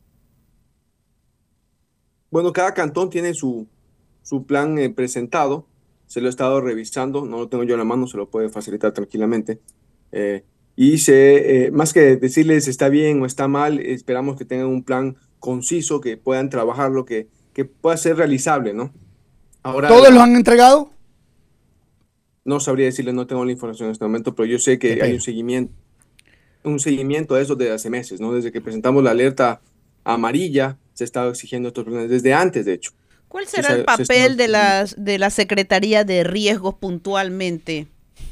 Bueno, cada cantón tiene su plan presentado. Se lo he estado revisando, no lo tengo yo en la mano, se lo puede facilitar tranquilamente. Y más que decirles está bien o está mal, esperamos que tengan un plan conciso, que puedan trabajarlo, que pueda ser realizable, ¿no? Ahora,
¿todos los han entregado?
No sabría decirles, no tengo la información en este momento, pero yo sé que hay un seguimiento a eso desde hace meses, ¿no? Desde que presentamos la alerta amarilla, se ha estado exigiendo estos planes, desde antes, de hecho.
¿Cuál será el papel de la Secretaría de Riesgos puntualmente?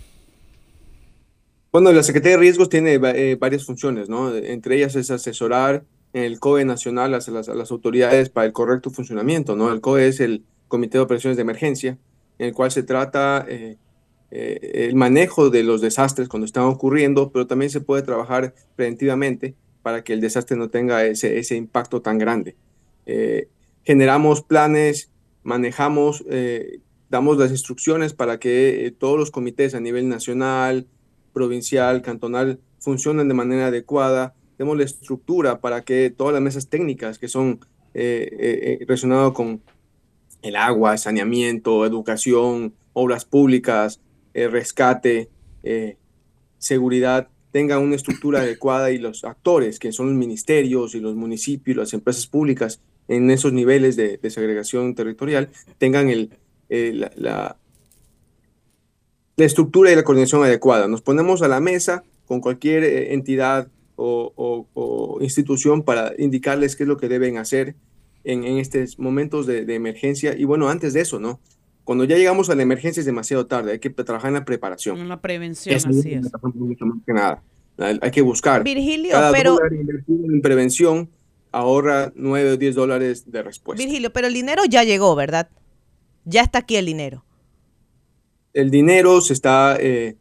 Bueno, la Secretaría de Riesgos tiene varias funciones, ¿no? Entre ellas es asesorar en el COE nacional a las autoridades para el correcto funcionamiento, ¿no? El COE es el Comité de Operaciones de Emergencia, en el cual se trata el manejo de los desastres cuando están ocurriendo, pero también se puede trabajar preventivamente para que el desastre no tenga ese impacto tan grande. Generamos planes, manejamos, damos las instrucciones para que todos los comités a nivel nacional, provincial, cantonal, funcionen de manera adecuada. Tenemos la estructura para que todas las mesas técnicas que son relacionadas con el agua, saneamiento, educación, obras públicas, rescate, seguridad, tengan una estructura adecuada y los actores, que son los ministerios y los municipios, las empresas públicas, en esos niveles de segregación territorial, tengan la estructura y la coordinación adecuada. Nos ponemos a la mesa con cualquier entidad o institución para indicarles qué es lo que deben hacer en estos momentos de emergencia. Y bueno, antes de eso, ¿no? Cuando ya llegamos a la emergencia es demasiado tarde, hay que trabajar en la preparación.
En la prevención, así es.
Mucho más que nada. Hay que buscar.
Virgilio,
cada
pero
dólar invertido en prevención ahorra $9 o $10 de respuesta.
Virgilio, pero el dinero ya llegó, ¿verdad? Ya está aquí el dinero.
El dinero se está...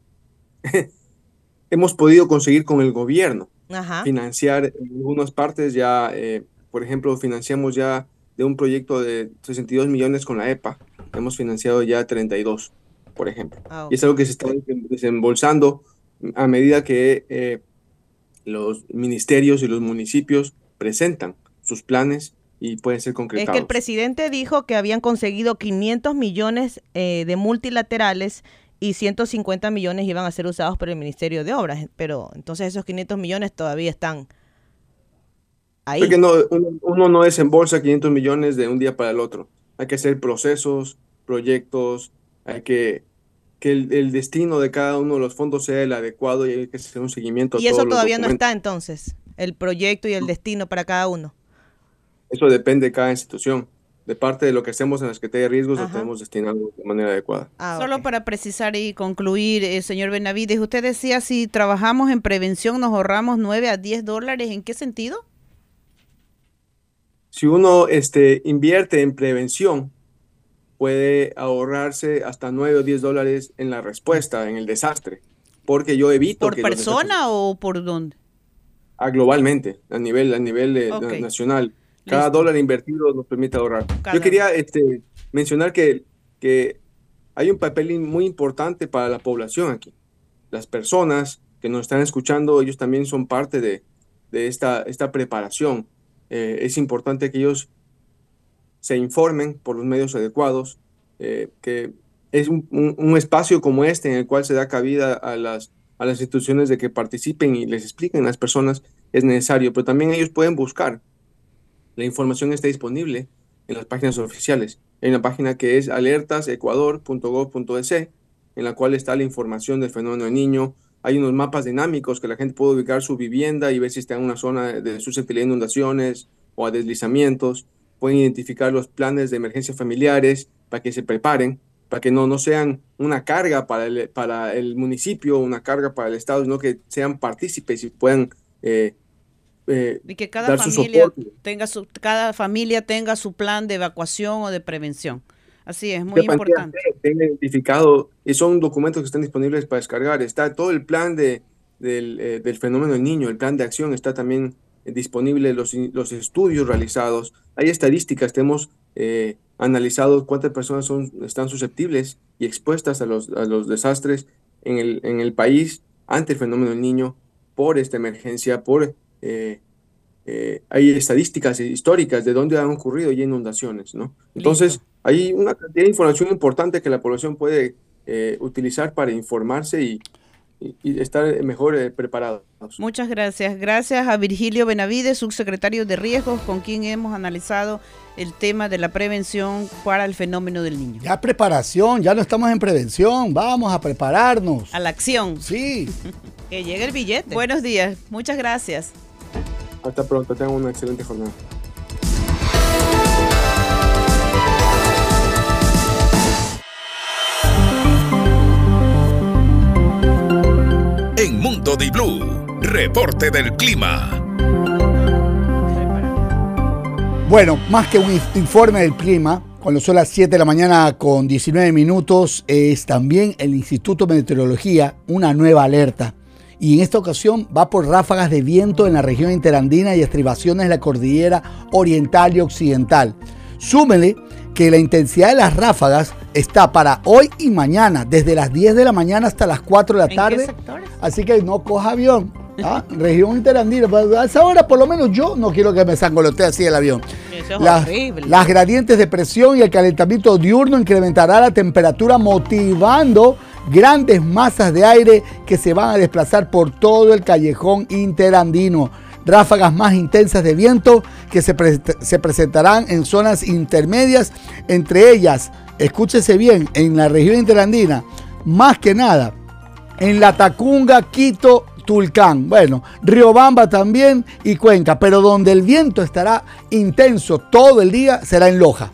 hemos podido conseguir con el gobierno.
Ajá.
Financiar en algunas partes ya, por ejemplo, financiamos ya de un proyecto de 62 millones con la EPA. Hemos financiado ya 32, por ejemplo.
Okay.
Y es algo que se está desembolsando a medida que los ministerios y los municipios presentan sus planes y pueden ser concretados.
Es que el presidente dijo que habían conseguido 500 millones de multilaterales y 150 millones iban a ser usados por el Ministerio de Obras, pero entonces esos 500 millones todavía están ahí.
Porque uno no desembolsa 500 millones de un día para el otro. Hay que hacer procesos, proyectos, hay que el destino de cada uno de los fondos sea el adecuado y hay que hacer un seguimiento.
Y eso todavía no está entonces, el proyecto y el destino para cada uno.
Eso depende de cada institución. De parte de lo que hacemos en la Secretaría de Riesgos, lo tenemos destinado de manera adecuada.
Solo para precisar y concluir, señor Benavides, usted decía si trabajamos en prevención nos ahorramos $9 a $10, ¿en qué sentido?
Si uno invierte en prevención, puede ahorrarse hasta $9 o $10 en la respuesta, en el desastre, porque yo evito
¿Por persona o por dónde?
Globalmente, a nivel nacional. Cada dólar invertido nos permite ahorrar. Yo quería mencionar que hay un papel muy importante para la población aquí. Las personas que nos están escuchando, ellos también son parte de esta preparación. Es importante que ellos se informen por los medios adecuados, que es un espacio como este en el cual se da cabida a las instituciones de que participen y les expliquen a las personas es necesario, pero también ellos pueden buscar. La información está disponible en las páginas oficiales. Hay una página que es alertasecuador.gov.es, en la cual está la información del fenómeno del Niño. Hay unos mapas dinámicos que la gente puede ubicar su vivienda y ver si está en una zona de susceptibilidad a inundaciones o a deslizamientos. Pueden identificar los planes de emergencia familiares para que se preparen, para que no sean una carga para el municipio, una carga para el Estado, sino que sean partícipes y puedan
y que cada familia tenga su plan de evacuación o de prevención. Así es, muy importante.
Tenga identificado, y son documentos que están disponibles para descargar. Está todo el plan del fenómeno del Niño, el plan de acción está también disponible, los estudios realizados. Hay estadísticas, hemos analizado cuántas personas están susceptibles y expuestas a los desastres en el país ante el fenómeno del Niño por esta emergencia, hay estadísticas históricas de dónde han ocurrido ya inundaciones, ¿no? Entonces, hay una cantidad de información importante que la población puede utilizar para informarse y estar mejor preparados.
Muchas gracias. Gracias a Virgilio Benavides, subsecretario de Riesgos, con quien hemos analizado el tema de la prevención para el fenómeno del Niño.
Ya preparación, ya no estamos en prevención, vamos a prepararnos.
A la acción.
Sí.
Que llegue el billete.
Buenos días, muchas gracias.
Hasta pronto, tengan una excelente jornada.
Di Blue, reporte del clima.
Bueno, más que un informe del clima, cuando son las 7 de la mañana con 19 minutos, es también el Instituto de Meteorología una nueva alerta. Y en esta ocasión va por ráfagas de viento en la región interandina y estribaciones de la cordillera oriental y occidental. Súmele que la intensidad de las ráfagas está para hoy y mañana, desde las 10 de la mañana hasta las 4 de la tarde.
¿En qué sectores?
Así que no coja avión. Región interandina. A esa hora, por lo menos yo no quiero que me sangolotee así el avión.
Eso es horrible.
Las gradientes de presión y el calentamiento diurno incrementará la temperatura, motivando grandes masas de aire que se van a desplazar por todo el callejón interandino. Ráfagas más intensas de viento que se presentarán en zonas intermedias, entre ellas, escúchese bien, en la región interandina, más que nada, en La Tacunga, Quito, Tulcán, bueno, Riobamba también y Cuenca, pero donde el viento estará intenso todo el día será en Loja.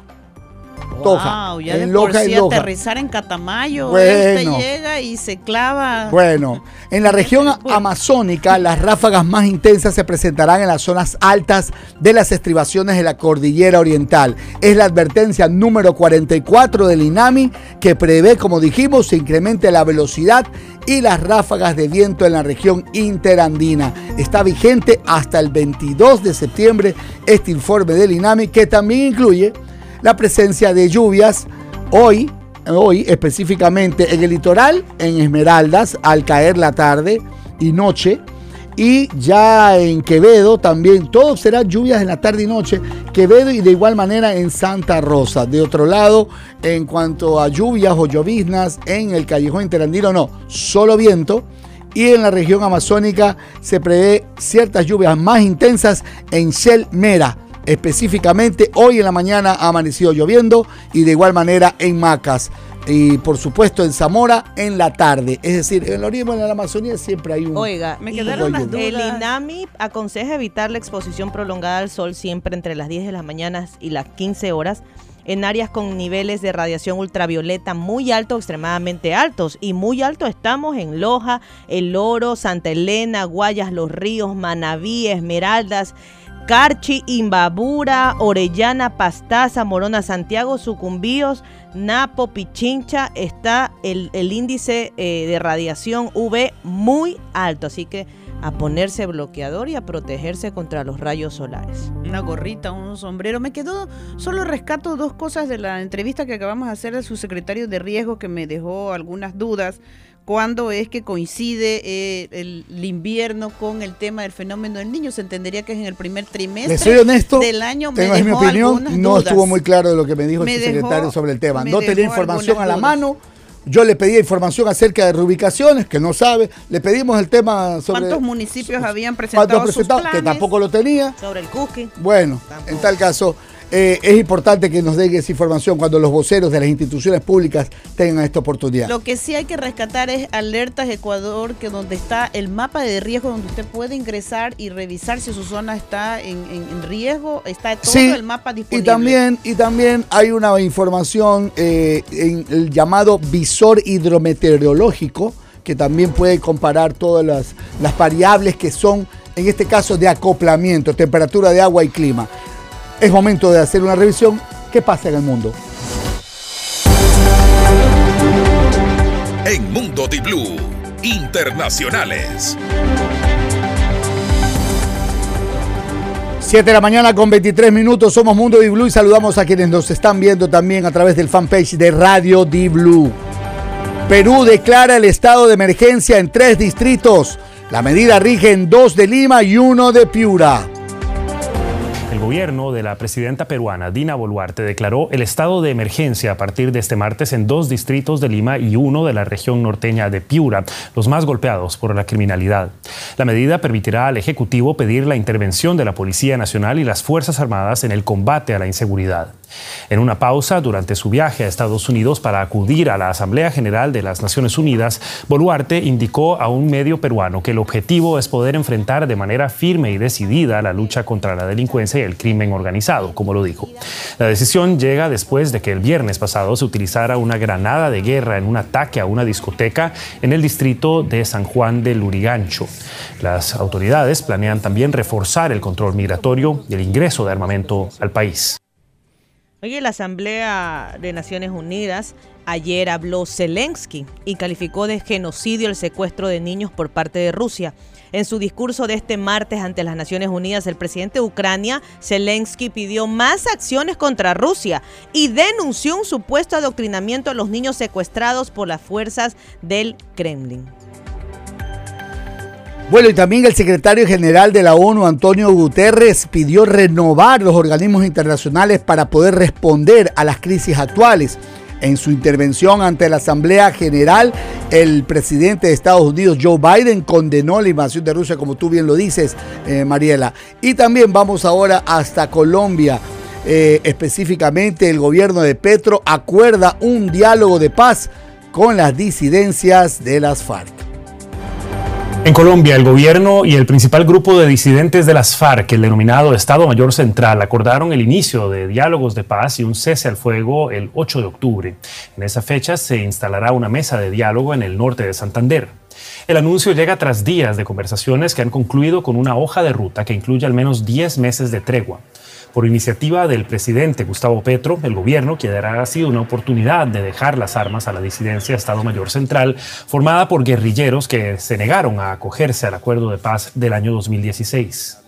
Wow, ya de por sí aterrizar en Catamayo,
bueno,
llega y se clava.
Bueno, en la región amazónica las ráfagas más intensas se presentarán en las zonas altas de las estribaciones de la cordillera oriental. Es la advertencia número 44 del INAMI que prevé, como dijimos, se incremente la velocidad y las ráfagas de viento en la región interandina. Está vigente hasta el 22 de septiembre este informe del INAMI, que también incluye la presencia de lluvias hoy específicamente en el litoral, en Esmeraldas, al caer la tarde y noche, y ya en Quevedo también, todo será lluvias en la tarde y noche, Quevedo, y de igual manera en Santa Rosa. De otro lado, en cuanto a lluvias o lloviznas en el callejón interandino, no, solo viento. Y en la región amazónica se prevé ciertas lluvias más intensas en Shell Mera. Específicamente hoy en la mañana ha amanecido lloviendo, y de igual manera en Macas, y por supuesto en Zamora en la tarde. Es decir, en el oriente, en la Amazonía siempre hay un...
Oiga, me quedaron las dudas. El INAMI aconseja evitar la exposición prolongada al sol siempre entre las 10 de la mañana y las 15 horas en áreas con niveles de radiación ultravioleta muy altos, extremadamente altos, y muy alto estamos en Loja, El Oro, Santa Elena, Guayas, Los Ríos, Manabí, Esmeraldas, Carchi, Imbabura, Orellana, Pastaza, Morona, Santiago, Sucumbíos, Napo, Pichincha. Está el índice de radiación UV muy alto, así que a ponerse bloqueador y a protegerse contra los rayos solares.
Una gorrita, un sombrero. Me quedó, solo rescato dos cosas de la entrevista que acabamos de hacer al subsecretario de Riesgo, que me dejó algunas dudas. ¿Cuándo es que coincide el invierno con el tema del fenómeno del Niño? Se entendería que es en el primer trimestre.
Soy honesto,
del año.
Tengo mi opinión, no estuvo muy claro de lo que me dijo el subsecretario sobre el tema. No tenía información a la mano. Yo le pedí información acerca de reubicaciones, que no sabe. Le pedimos el tema sobre...
¿Cuántos municipios habían presentado sus planes?
Que tampoco lo tenía.
Sobre el Cusqui.
Bueno, tampoco. En tal caso... es importante que nos den esa información cuando los voceros de las instituciones públicas tengan esta oportunidad.
Lo que sí hay que rescatar es Alertas Ecuador, que donde está el mapa de riesgo, donde usted puede ingresar y revisar si su zona está en riesgo. Está todo el mapa disponible.
Y también hay una información en el llamado visor hidrometeorológico, que también puede comparar todas las variables que son, en este caso, de acoplamiento, temperatura de agua y clima. Es momento de hacer una revisión. ¿Qué pasa en el mundo?
En Mundo Di Blue, internacionales.
7 de la mañana con 23 minutos. Somos Mundo Di Blue y saludamos a quienes nos están viendo también a través del fanpage de Radio Di Blue. Perú declara el estado de emergencia en 3 distritos. La medida rige en 2 de Lima y 1 de Piura.
El gobierno de la presidenta peruana Dina Boluarte declaró el estado de emergencia a partir de este martes en 2 distritos de Lima y 1 de la región norteña de Piura, los más golpeados por la criminalidad. La medida permitirá al Ejecutivo pedir la intervención de la Policía Nacional y las Fuerzas Armadas en el combate a la inseguridad. En una pausa durante su viaje a Estados Unidos para acudir a la Asamblea General de las Naciones Unidas, Boluarte indicó a un medio peruano que el objetivo es poder enfrentar de manera firme y decidida la lucha contra la delincuencia y el crimen organizado, como lo dijo. La decisión llega después de que el viernes pasado se utilizara una granada de guerra en un ataque a una discoteca en el distrito de San Juan de Lurigancho. Las autoridades planean también reforzar el control migratorio y el ingreso de armamento al país.
Oye, la Asamblea de Naciones Unidas ayer habló Zelensky y calificó de genocidio el secuestro de niños por parte de Rusia. En su discurso de este martes ante las Naciones Unidas, el presidente de Ucrania, Zelensky, pidió más acciones contra Rusia y denunció un supuesto adoctrinamiento a los niños secuestrados por las fuerzas del Kremlin.
Bueno, y también el secretario general de la ONU, Antonio Guterres, pidió renovar los organismos internacionales para poder responder a las crisis actuales. En su intervención ante la Asamblea General, el presidente de Estados Unidos, Joe Biden, condenó la invasión de Rusia, como tú bien lo dices, Mariela. Y también vamos ahora hasta Colombia. Específicamente, el gobierno de Petro acuerda un diálogo de paz con las disidencias de las FARC.
En Colombia, el gobierno y el principal grupo de disidentes de las FARC, el denominado Estado Mayor Central, acordaron el inicio de diálogos de paz y un cese al fuego el 8 de octubre. En esa fecha se instalará una mesa de diálogo en el norte de Santander. El anuncio llega tras días de conversaciones que han concluido con una hoja de ruta que incluye al menos 10 meses de tregua. Por iniciativa del presidente Gustavo Petro, el gobierno quedará así una oportunidad de dejar las armas a la disidencia Estado Mayor Central, formada por guerrilleros que se negaron a acogerse al acuerdo de paz del año 2016.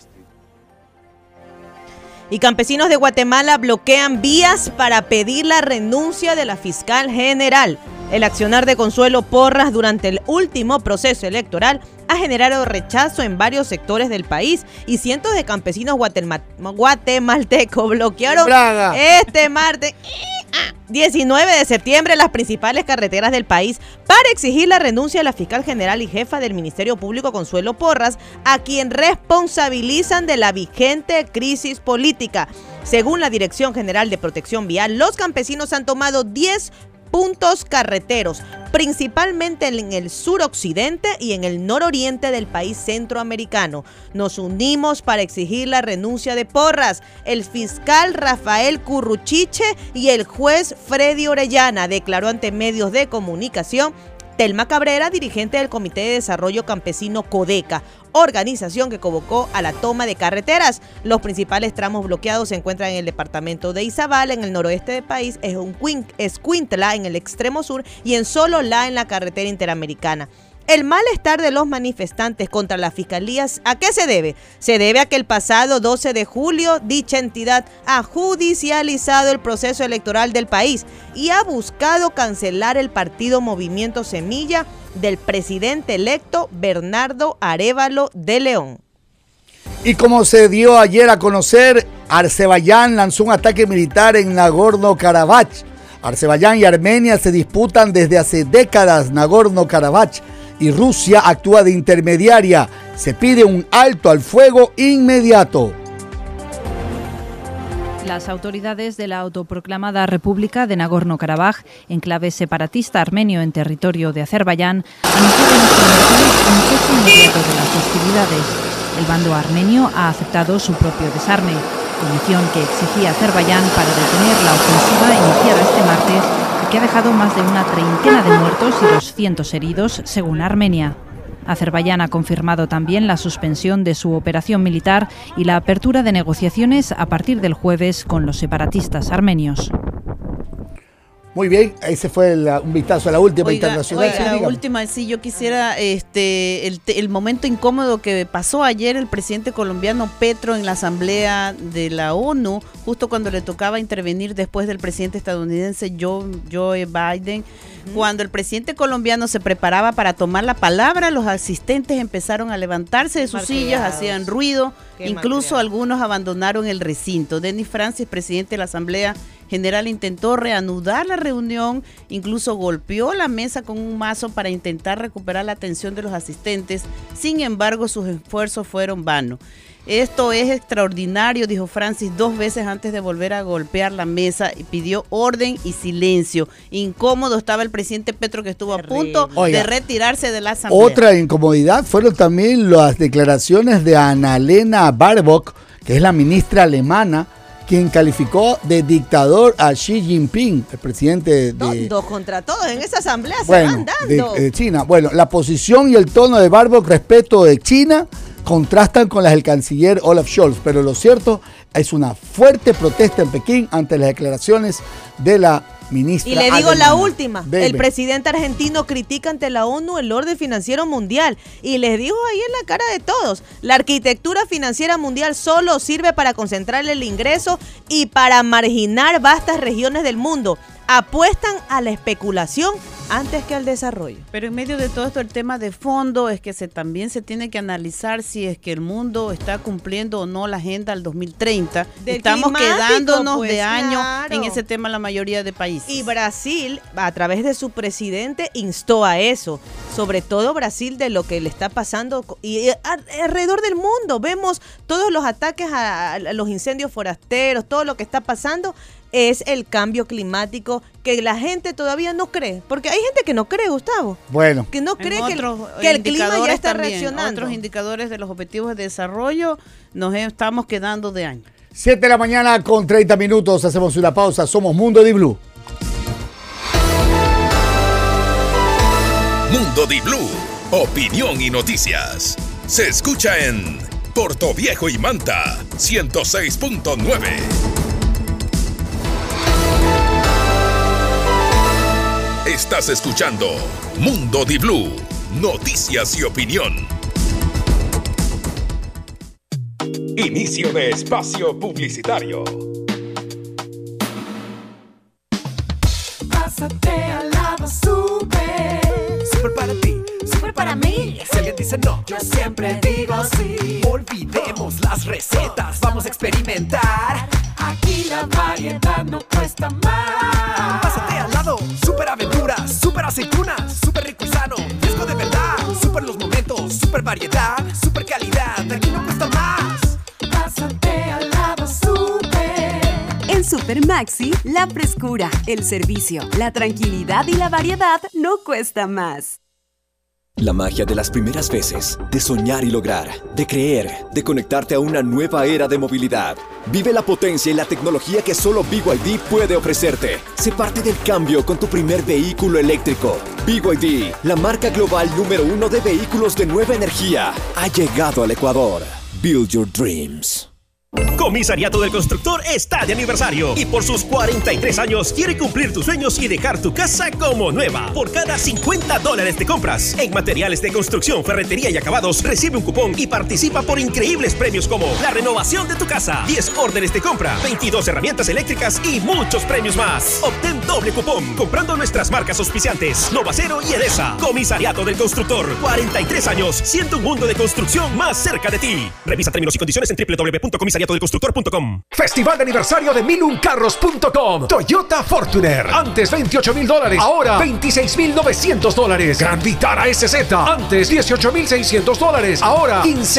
Y campesinos de Guatemala bloquean vías para pedir la renuncia de la fiscal general. El accionar de Consuelo Porras durante el último proceso electoral ha generado rechazo en varios sectores del país y cientos de campesinos guatemaltecos bloquearon este martes 19 de septiembre las principales carreteras del país para exigir la renuncia de la fiscal general y jefa del Ministerio Público, Consuelo Porras, a quien responsabilizan de la vigente crisis política. Según la Dirección General de Protección Vial, los campesinos han tomado 10 puntos carreteros, principalmente en el suroccidente y en el nororiente del país centroamericano. Nos unimos para exigir la renuncia de Porras, el fiscal Rafael Curruchiche y el juez Freddy Orellana, declaró ante medios de comunicación Telma Cabrera, dirigente del Comité de Desarrollo Campesino CODECA, organización que convocó a la toma de carreteras. Los principales tramos bloqueados se encuentran en el departamento de Izabal, en el noroeste del país, Escuintla en el extremo sur y en Sololá en la carretera interamericana. El malestar de los manifestantes contra las fiscalías, ¿a qué se debe? Se debe a que el pasado 12 de julio dicha entidad ha judicializado el proceso electoral del país y ha buscado cancelar el partido Movimiento Semilla del presidente electo Bernardo Arévalo de León.
Y como se dio ayer a conocer, Azerbaiyán lanzó un ataque militar en Nagorno-Karabaj. Azerbaiyán y Armenia se disputan desde hace décadas Nagorno-Karabaj y Rusia actúa de intermediaria. Se pide un alto al fuego inmediato.
Las autoridades de la autoproclamada República de Nagorno-Karabaj, enclave separatista armenio en territorio de Azerbaiyán, anunciaron un cese inmediato de las hostilidades. El bando armenio ha aceptado su propio desarme, condición que exigía Azerbaiyán para detener la ofensiva iniciada este martes y que ha dejado más de una treintena de muertos y 200 heridos, según Armenia. Azerbaiyán ha confirmado también la suspensión de su operación militar y la apertura de negociaciones a partir del jueves con los separatistas armenios.
Muy bien, ese fue un vistazo a la última internacional.
La última, sí, yo quisiera el momento incómodo que pasó ayer el presidente colombiano Petro en la Asamblea de la ONU, justo cuando le tocaba intervenir después del presidente estadounidense Joe Biden. Cuando el presidente colombiano se preparaba para tomar la palabra, los asistentes empezaron a levantarse de sus sillas, hacían ruido, incluso algunos abandonaron el recinto. Denis Francis, presidente de la Asamblea, general intentó reanudar la reunión, incluso golpeó la mesa con un mazo para intentar recuperar la atención de los asistentes. Sin embargo, sus esfuerzos fueron vanos. Esto es extraordinario, dijo Francis 2 veces antes de volver a golpear la mesa y pidió orden y silencio. Incómodo estaba el presidente Petro, que estuvo a punto de retirarse de la asamblea.
Otra incomodidad fueron también las declaraciones de Annalena Baerbock, que es la ministra alemana, quien calificó de dictador a Xi Jinping, el presidente de...
Dos contra todos, en esa asamblea se van dando.
De China. Bueno, la posición y el tono de Baerbock respecto de China contrastan con las del canciller Olaf Scholz, pero lo cierto es una fuerte protesta en Pekín ante las declaraciones de la ministra.
Y le digo
alemana.
la última,
Debe.
el presidente argentino critica ante la ONU el orden financiero mundial y les dijo ahí en la cara de todos, la arquitectura financiera mundial solo sirve para concentrar el ingreso y para marginar vastas regiones del mundo. Apuestan a la especulación antes que al desarrollo.
Pero en medio de todo esto, el tema de fondo es que también se tiene que analizar si es que el mundo está cumpliendo o no la agenda al 2030. Estamos quedándonos de año en ese tema la mayoría de países.
Y Brasil, a través de su presidente, instó a eso. Sobre todo Brasil, de lo que le está pasando y alrededor del mundo. Vemos todos los ataques a los incendios forasteros, todo lo que está pasando. Es el cambio climático que la gente todavía no cree. Porque hay gente que no cree, Gustavo.
Bueno.
Que no cree que el clima ya está reaccionando.
Otros indicadores de los objetivos de desarrollo nos estamos quedando de año.
7 de la mañana con 30 minutos. Hacemos una pausa. Somos Mundo Di Blue.
Mundo Di Blue. Opinión y noticias. Se escucha en Portoviejo y Manta 106.9. Estás escuchando Mundo Di Blue, noticias y opinión. Inicio de espacio publicitario.
Pásate al lado super. Super para ti, super para mí. Si alguien dice no, yo siempre digo sí. Olvidemos las recetas, vamos a experimentar. Aquí la variedad no cuesta más. Pásate al lado, super aventuras, super aceitunas, super rico y sano, fresco de verdad, super los momentos, super variedad, super calidad, aquí no cuesta más. Pásate al lado super.
En Super Maxi, la frescura, el servicio, la tranquilidad y la variedad no cuesta más.
La magia de las primeras veces, de soñar y lograr, de creer, de conectarte a una nueva era de movilidad. Vive la potencia y la tecnología que solo BYD puede ofrecerte. Sé parte del cambio con tu primer vehículo eléctrico. BYD, la marca global número 1 de vehículos de nueva energía, ha llegado al Ecuador. Build your dreams.
Comisariato del Constructor está de aniversario y por sus 43 años quiere cumplir tus sueños y dejar tu casa como nueva. Por cada $50 de compras en materiales de construcción, ferretería y acabados, recibe un cupón y participa por increíbles premios como la renovación de tu casa, 10 órdenes de compra, 22 herramientas eléctricas y muchos premios más. Obtén doble cupón comprando nuestras marcas auspiciantes Novacero y Edesa. Comisariato del Constructor, 43 años, siendo un mundo de construcción más cerca de ti. Revisa términos y condiciones en www.comisariatodelconstructor.com.
Festival de aniversario de miluncarros.com. Toyota Fortuner. Antes $28,000, ahora $26,900. Gran Vitara SZ. Antes $18,600, ahora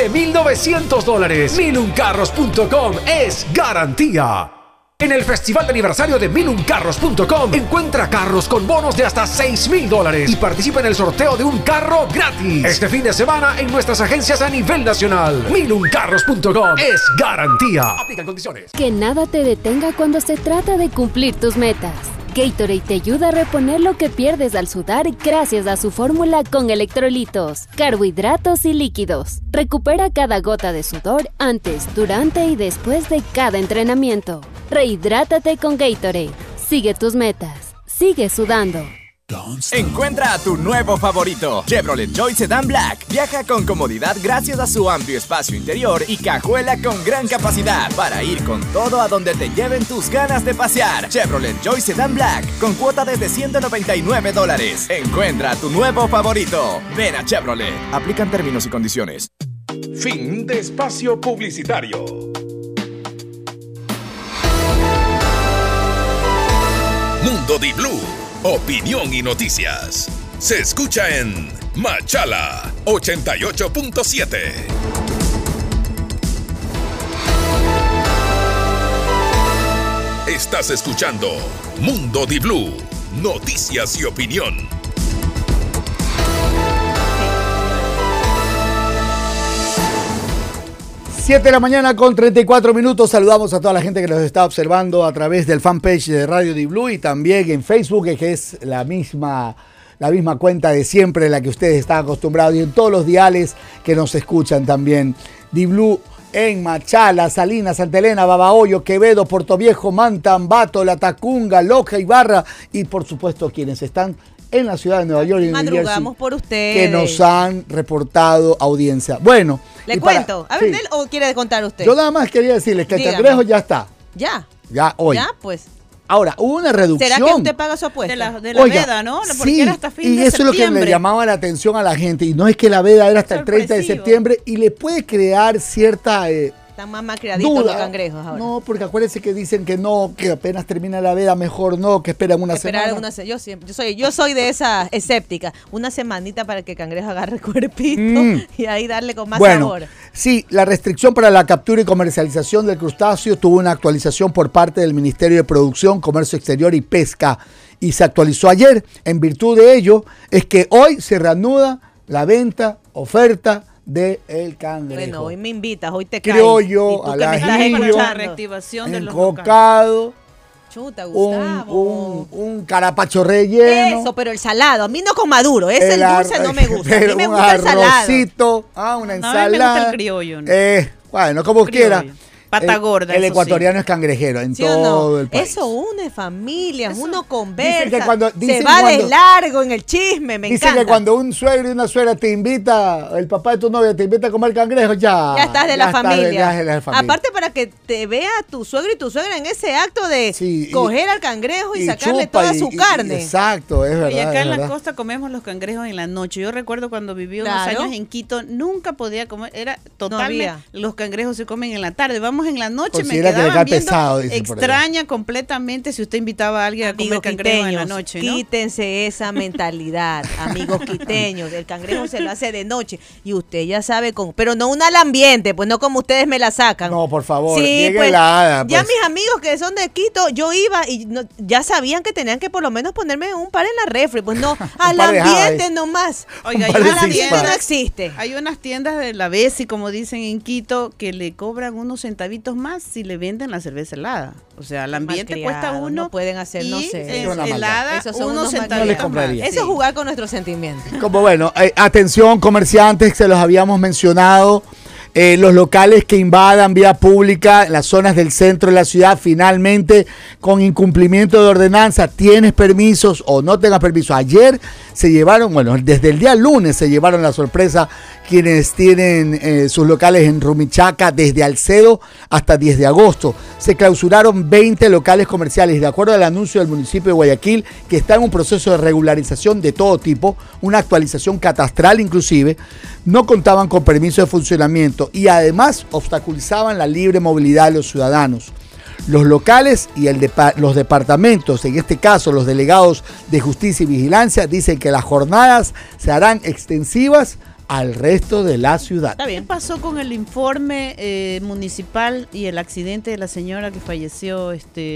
$15,900. Miluncarros.com es garantía. En el Festival de Aniversario de miluncarros.com encuentra carros con bonos de hasta $6,000 y participa en el sorteo de un carro gratis. Este fin de semana en nuestras agencias a nivel nacional. miluncarros.com es garantía. Aplican condiciones.
Que nada te detenga cuando se trata de cumplir tus metas. Gatorade te ayuda a reponer lo que pierdes al sudar gracias a su fórmula con electrolitos, carbohidratos y líquidos. Recupera cada gota de sudor antes, durante y después de cada entrenamiento. Rehidrátate con Gatorade. Sigue tus metas. Sigue sudando.
Encuentra a tu nuevo favorito, Chevrolet Joy Sedan Black. Viaja con comodidad gracias a su amplio espacio interior y cajuela con gran capacidad para ir con todo a donde te lleven tus ganas de pasear. Chevrolet Joy Sedan Black, con cuota desde $199. Encuentra a tu nuevo favorito. Ven a Chevrolet. Aplican términos y condiciones.
Fin de espacio publicitario. Mundo Di Blue, opinión y noticias. Se escucha en Machala 88.7. Estás escuchando Mundo Di Blue, noticias y opinión.
7 de la mañana con 34 minutos. Saludamos a toda la gente que nos está observando a través del fanpage de Radio Di Blue y también en Facebook, que es la misma cuenta de siempre, la que ustedes están acostumbrados, y en todos los diales que nos escuchan también. Di Blue en Machala, Salinas, Santa Elena, Babahoyo, Quevedo, Portoviejo, Manta, Ambato, La Tacunga, Loja, Ibarra y por supuesto quienes están en la ciudad de Nueva York y
madrugamos por ustedes,
que nos han reportado audiencia. Bueno,
le cuento. A ver, sí. ¿O quiere contar usted?
Yo nada más quería decirles que el cangrejo ya está. Ya hoy.
Ya, pues.
Ahora, hubo una reducción.
¿Será que usted paga su apuesta?
De la veda, ¿no? Porque
sí,
era hasta fin
y
de
eso
septiembre.
es lo que le llamaba la atención a la gente. Y no es que la veda era hasta el 30 de septiembre y le puede crear cierta...
Están más malcriaditos los cangrejos ahora.
No, porque acuérdense que dicen que no, que apenas termina la veda, mejor no, que esperan una semana.
Yo soy de esa escéptica. Una semanita para que el cangrejo agarre cuerpito y ahí darle con más sabor.
Sí, la restricción para la captura y comercialización del crustáceo tuvo una actualización por parte del Ministerio de Producción, Comercio Exterior y Pesca y se actualizó ayer. En virtud de ello, es que hoy se reanuda la venta, oferta de el cangrejo.
Bueno, hoy me invitas, hoy te caes.
Criollo, al ajillo,
la reactivación de los
encocado,
chuta, Gustavo.
un carapacho relleno.
Eso, pero el salado, a mí no con maduro, ese el dulce no me gusta, a mí me gusta el salado.
Un arrocito, una ensalada.
A mí me gusta el criollo, ¿no?
Bueno, como quiera.
Pata gorda.
El ecuatoriano es cangrejero en todo el país.
Eso une familias, uno conversa,
se
va de largo en el chisme, me encanta.
Dicen que cuando un suegro y una suegra te invita, el papá de tu novia te invita a comer cangrejo, ya
estás de la familia.
De la familia.
Aparte para que te vea tu suegro y tu suegra en ese acto de coger al cangrejo y sacarle toda su carne.
Exacto, es verdad.
Y acá en la costa comemos los cangrejos en la noche. Yo recuerdo cuando viví unos años en Quito, nunca podía comer, era totalmente, los cangrejos se comen en la tarde. Vamos en la noche, me quedaban viendo
pesado,
extraña completamente si usted invitaba a alguien a comer cangrejo en la noche, ¿no?
Quítense esa mentalidad, amigos quiteños. El cangrejo se lo hace de noche y usted ya sabe pero no una al ambiente, pues no como ustedes me la sacan.
No, por favor,
sí,
pues, ya
mis amigos que son de Quito, yo iba y ya sabían que tenían que por lo menos ponerme un par en la refri, pues no, al ambiente nomás.
Oiga,
al ambiente no existe.
Hay unas tiendas de la Besi, como dicen en Quito, que le cobran unos centavitos más si le venden la cerveza helada. O sea, el ambiente cuesta uno.
No pueden hacer, no sé.
Helada, unos
centavitos más.
Eso es jugar con nuestros sentimientos.
Como bueno, atención comerciantes, que se los habíamos mencionado. Los locales que invadan vía pública en las zonas del centro de la ciudad, finalmente con incumplimiento de ordenanza, tienes permisos o no tengas permiso. Ayer se llevaron, desde el día lunes se llevaron la sorpresa quienes tienen sus locales en Rumichaca desde Alcedo hasta 10 de agosto. Se clausuraron 20 locales comerciales, de acuerdo al anuncio del municipio de Guayaquil, que está en un proceso de regularización de todo tipo, una actualización catastral inclusive. No contaban con permiso de funcionamiento y además obstaculizaban la libre movilidad de los ciudadanos. Los locales y los departamentos, en este caso los delegados de Justicia y Vigilancia, dicen que las jornadas se harán extensivas al resto de la ciudad.
¿Qué pasó con el informe municipal y el accidente de la señora que falleció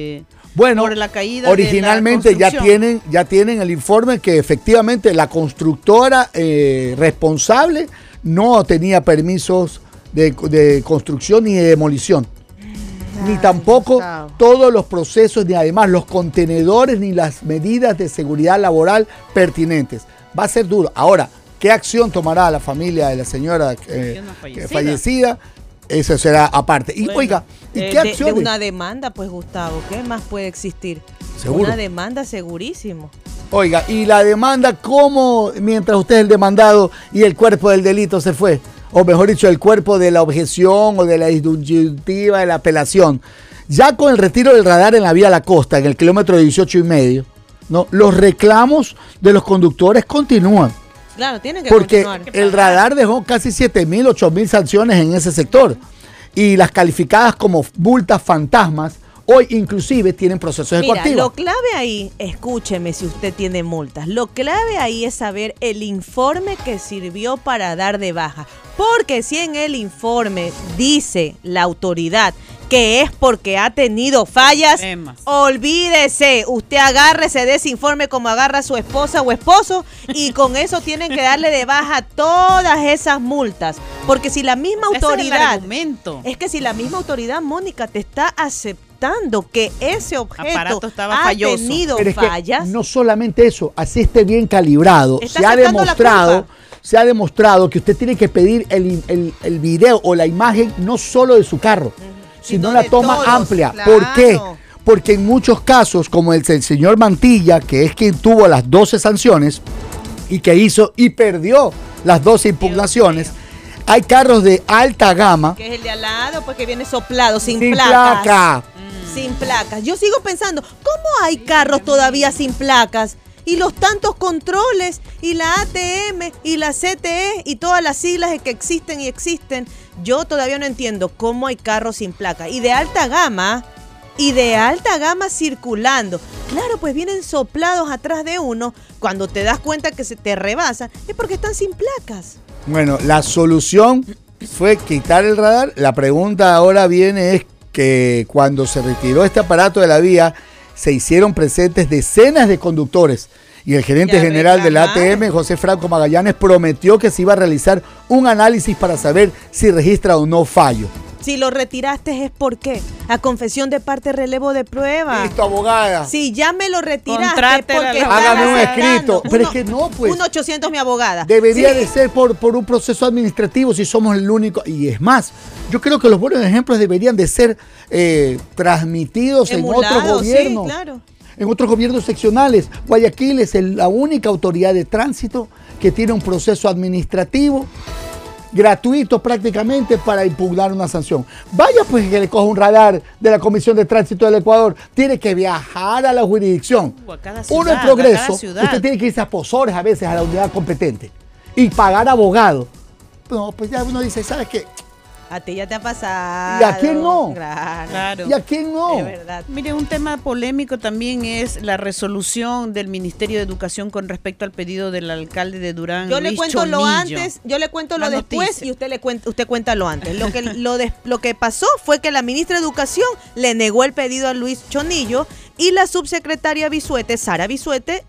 por la caída
originalmente
de la construcción?
ya tienen el informe que efectivamente la constructora responsable no tenía permisos de construcción ni de demolición. Ni tampoco todos los procesos, ni además los contenedores, ni las medidas de seguridad laboral pertinentes. Va a ser duro. Ahora, ¿qué acción tomará la familia de la señora fallecida? Eso será aparte. Y oiga, ¿y qué acciones?
De una demanda, pues Gustavo, ¿qué más puede existir?
¿Seguro?
Una demanda segurísimo.
Oiga, ¿y la demanda cómo, mientras usted es el demandado y el cuerpo del delito se fue? O mejor dicho, el cuerpo de la objeción o de la disyuntiva de la apelación. Ya con el retiro del radar en la vía La Costa, en el kilómetro 18,5, ¿no? Los reclamos de los conductores continúan.
Claro, tienen que
porque
continuar.
El radar dejó casi 7,000, 8,000 sanciones en ese sector. Y las calificadas como multas fantasmas hoy inclusive tienen procesos de
Mira,
coactiva.
lo clave ahí, escúcheme si usted tiene multas, lo clave ahí es saber el informe que sirvió para dar de baja. Porque si en el informe dice la autoridad que es porque ha tenido fallas, olvídese, usted agárrese de ese informe como agarra a su esposa o esposo y con eso tienen que darle de baja todas esas multas. Porque si la misma autoridad, es que si la misma autoridad, Mónica, te está aceptando que ese objeto
estaba
ha
falloso.
tenido
Pero es que
fallas.
no solamente eso, así esté bien calibrado,
Está
se ha
aceptando la
demostrado que usted tiene que pedir el video o la imagen no solo de su carro, sino la toma
todos,
amplia.
claro.
¿Por qué? Porque en muchos casos, como el señor Mantilla, que es quien tuvo las 12 sanciones y que hizo y perdió las 12 impugnaciones, hay carros de alta gama.
Que es el de al lado, porque viene soplado, sin
Sin
placas.
placa.
Sin placas. Yo sigo pensando, ¿cómo hay carros todavía sin placas? Y los tantos controles, y la ATM, y la CTE, y todas las siglas que existen y existen. Yo todavía no entiendo cómo hay carros sin placa. Y de alta gama circulando. Claro, pues vienen soplados atrás de uno. Cuando te das cuenta que se te rebasan, es porque están sin placas.
Bueno, la solución fue quitar el radar. La pregunta ahora viene es que cuando se retiró este aparato de la vía, se hicieron presentes decenas de conductores y el gerente general del ATM, José Franco Magallanes, prometió que se iba a realizar un análisis para saber si registra o no fallo.
Si lo retiraste es ¿por qué? A confesión de parte, relevo de prueba.
Listo, abogada.
Si ya me lo retiraste,
Contrátela,
porque
hágame un
estás
escrito.
aceptando.
Pero es que no, pues.
1-800 mi abogada.
Debería
Sí.
de ser por un proceso administrativo si somos el único. Y es más, yo creo que los buenos ejemplos deberían de ser transmitidos en otros
Emulados,
gobiernos.
sí, claro.
En otros gobiernos seccionales. Guayaquil es la única autoridad de tránsito que tiene un proceso administrativo gratuito prácticamente para impugnar una sanción. Vaya pues que le coja un radar de la Comisión de Tránsito del Ecuador. Tiene que viajar a la jurisdicción. Uno en progreso, usted tiene que irse a Pozores a veces a la unidad competente y pagar abogado. No, pues ya uno dice, ¿sabes qué?
A ti ya te ha pasado.
¿Y a quién no?
Claro.
¿Y a quién no?
Es verdad.
Mire, un tema polémico también es la resolución del Ministerio de Educación con respecto al pedido del alcalde de Durán,
Yo le
Luis
cuento lo
Chonillo.
antes, yo le cuento
La
lo después
noticia.
y usted cuenta lo antes. Lo que pasó fue que la ministra de Educación le negó el pedido a Luis Chonillo y la subsecretaria Bisuete, Sara Bisuete,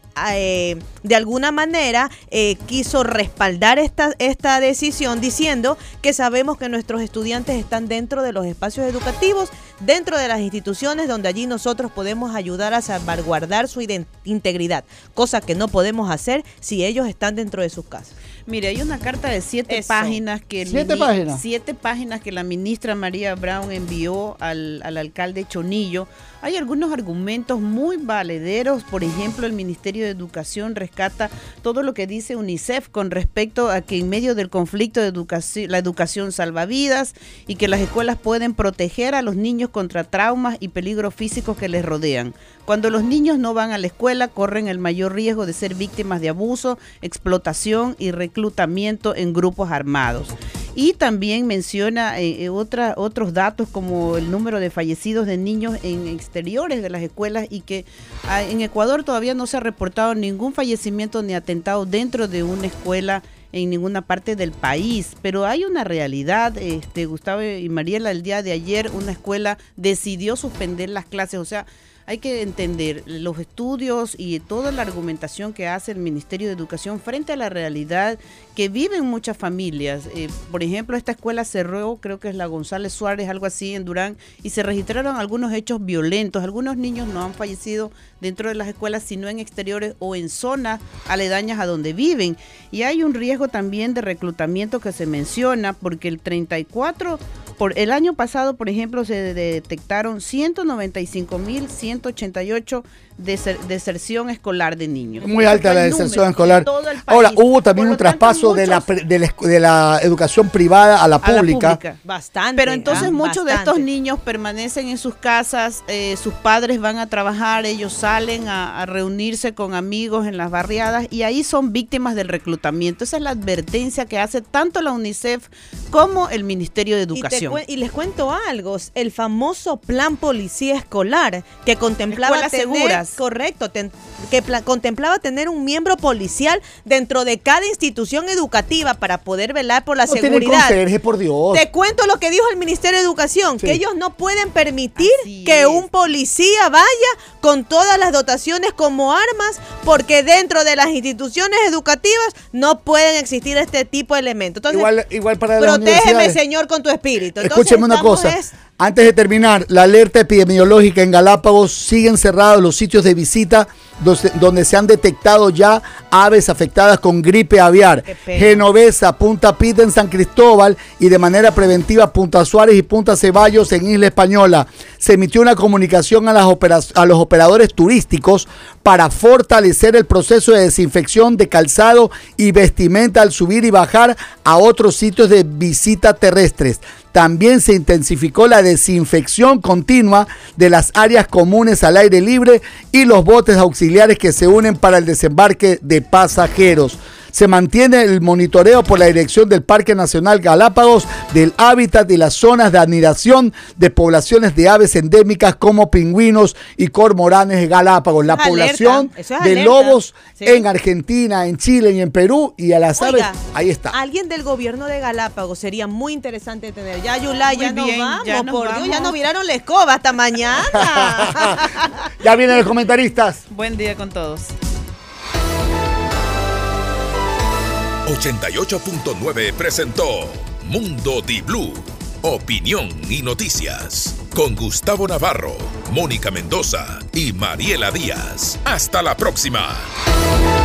de alguna manera quiso respaldar esta decisión diciendo que sabemos que nuestros estudiantes están dentro de los espacios educativos, dentro de las instituciones donde allí nosotros podemos ayudar a salvaguardar su integridad, cosa que no podemos hacer si ellos están dentro de sus casas.
Mire, hay una carta de 7 páginas que siete páginas que la ministra María Brown envió al alcalde Chonillo. Hay algunos argumentos muy valederos. Por ejemplo, el Ministerio de Educación rescata todo lo que dice UNICEF con respecto a que en medio del conflicto de educación, la educación salva vidas y que las escuelas pueden proteger a los niños contra traumas y peligros físicos que les rodean. Cuando los niños no van a la escuela, corren el mayor riesgo de ser víctimas de abuso, explotación y reclutamiento en grupos armados. Y también menciona otros datos como el número de fallecidos de niños en exteriores de las escuelas y que en Ecuador todavía no se ha reportado ningún fallecimiento ni atentado dentro de una escuela en ninguna parte del país, pero hay una realidad, Gustavo y Mariela, el día de ayer una escuela decidió suspender las clases, o sea, hay que entender los estudios y toda la argumentación que hace el Ministerio de Educación frente a la realidad que viven muchas familias. Por ejemplo, esta escuela cerró, creo que es la González Suárez, algo así, en Durán, y se registraron algunos hechos violentos. Algunos niños no han fallecido dentro de las escuelas, sino en exteriores o en zonas aledañas a donde viven. Y hay un riesgo también de reclutamiento que se menciona, porque el año pasado, por ejemplo, se detectaron 195.100 188 deserción escolar de niños.
Muy alta la deserción escolar. Ahora, hubo también un traspaso de la educación privada a la pública.
Bastante.
Pero entonces muchos de estos niños permanecen en sus casas, sus padres van a trabajar, ellos salen a reunirse con amigos en las barriadas y ahí son víctimas del reclutamiento. Esa es la advertencia que hace tanto la UNICEF como el Ministerio de Educación.
Y les cuento algo, el famoso plan policía escolar que contemplaba contemplaba tener un miembro policial dentro de cada institución educativa para poder velar por la seguridad.
Conserje, por Dios.
Te cuento lo que dijo el Ministerio de Educación, que ellos no pueden permitir que un policía vaya con todas las dotaciones como armas, porque dentro de las instituciones educativas no pueden existir este tipo de elementos. Entonces,
igual para
protégeme, Señor, con tu espíritu.
Escúcheme una cosa. Antes de terminar, la alerta epidemiológica en Galápagos, siguen cerrados los sitios de visita donde se han detectado ya aves afectadas con gripe aviar. Genovesa, Punta Pita en San Cristóbal y de manera preventiva Punta Suárez y Punta Ceballos en Isla Española. Se emitió una comunicación a los operadores turísticos para fortalecer el proceso de desinfección de calzado y vestimenta al subir y bajar a otros sitios de visita terrestres. También se intensificó la desinfección continua de las áreas comunes al aire libre y los botes auxiliares que se unen para el desembarque de pasajeros. Se mantiene el monitoreo por la dirección del Parque Nacional Galápagos del hábitat y las zonas de anidación de poblaciones de aves endémicas como pingüinos y cormoranes de Galápagos. La población de lobos en Argentina, en Chile y en Perú y a las aves, ahí está.
Alguien del gobierno de Galápagos sería muy interesante tener. Ya, Yulay, ya nos vamos, por Dios, ya nos viraron la escoba, hasta mañana.
Ya vienen los comentaristas.
Buen día con todos.
88.9 presentó Mundo Di Blue, opinión y noticias, con Gustavo Navarro, Mónica Mendoza y Mariela Díaz. Hasta la próxima.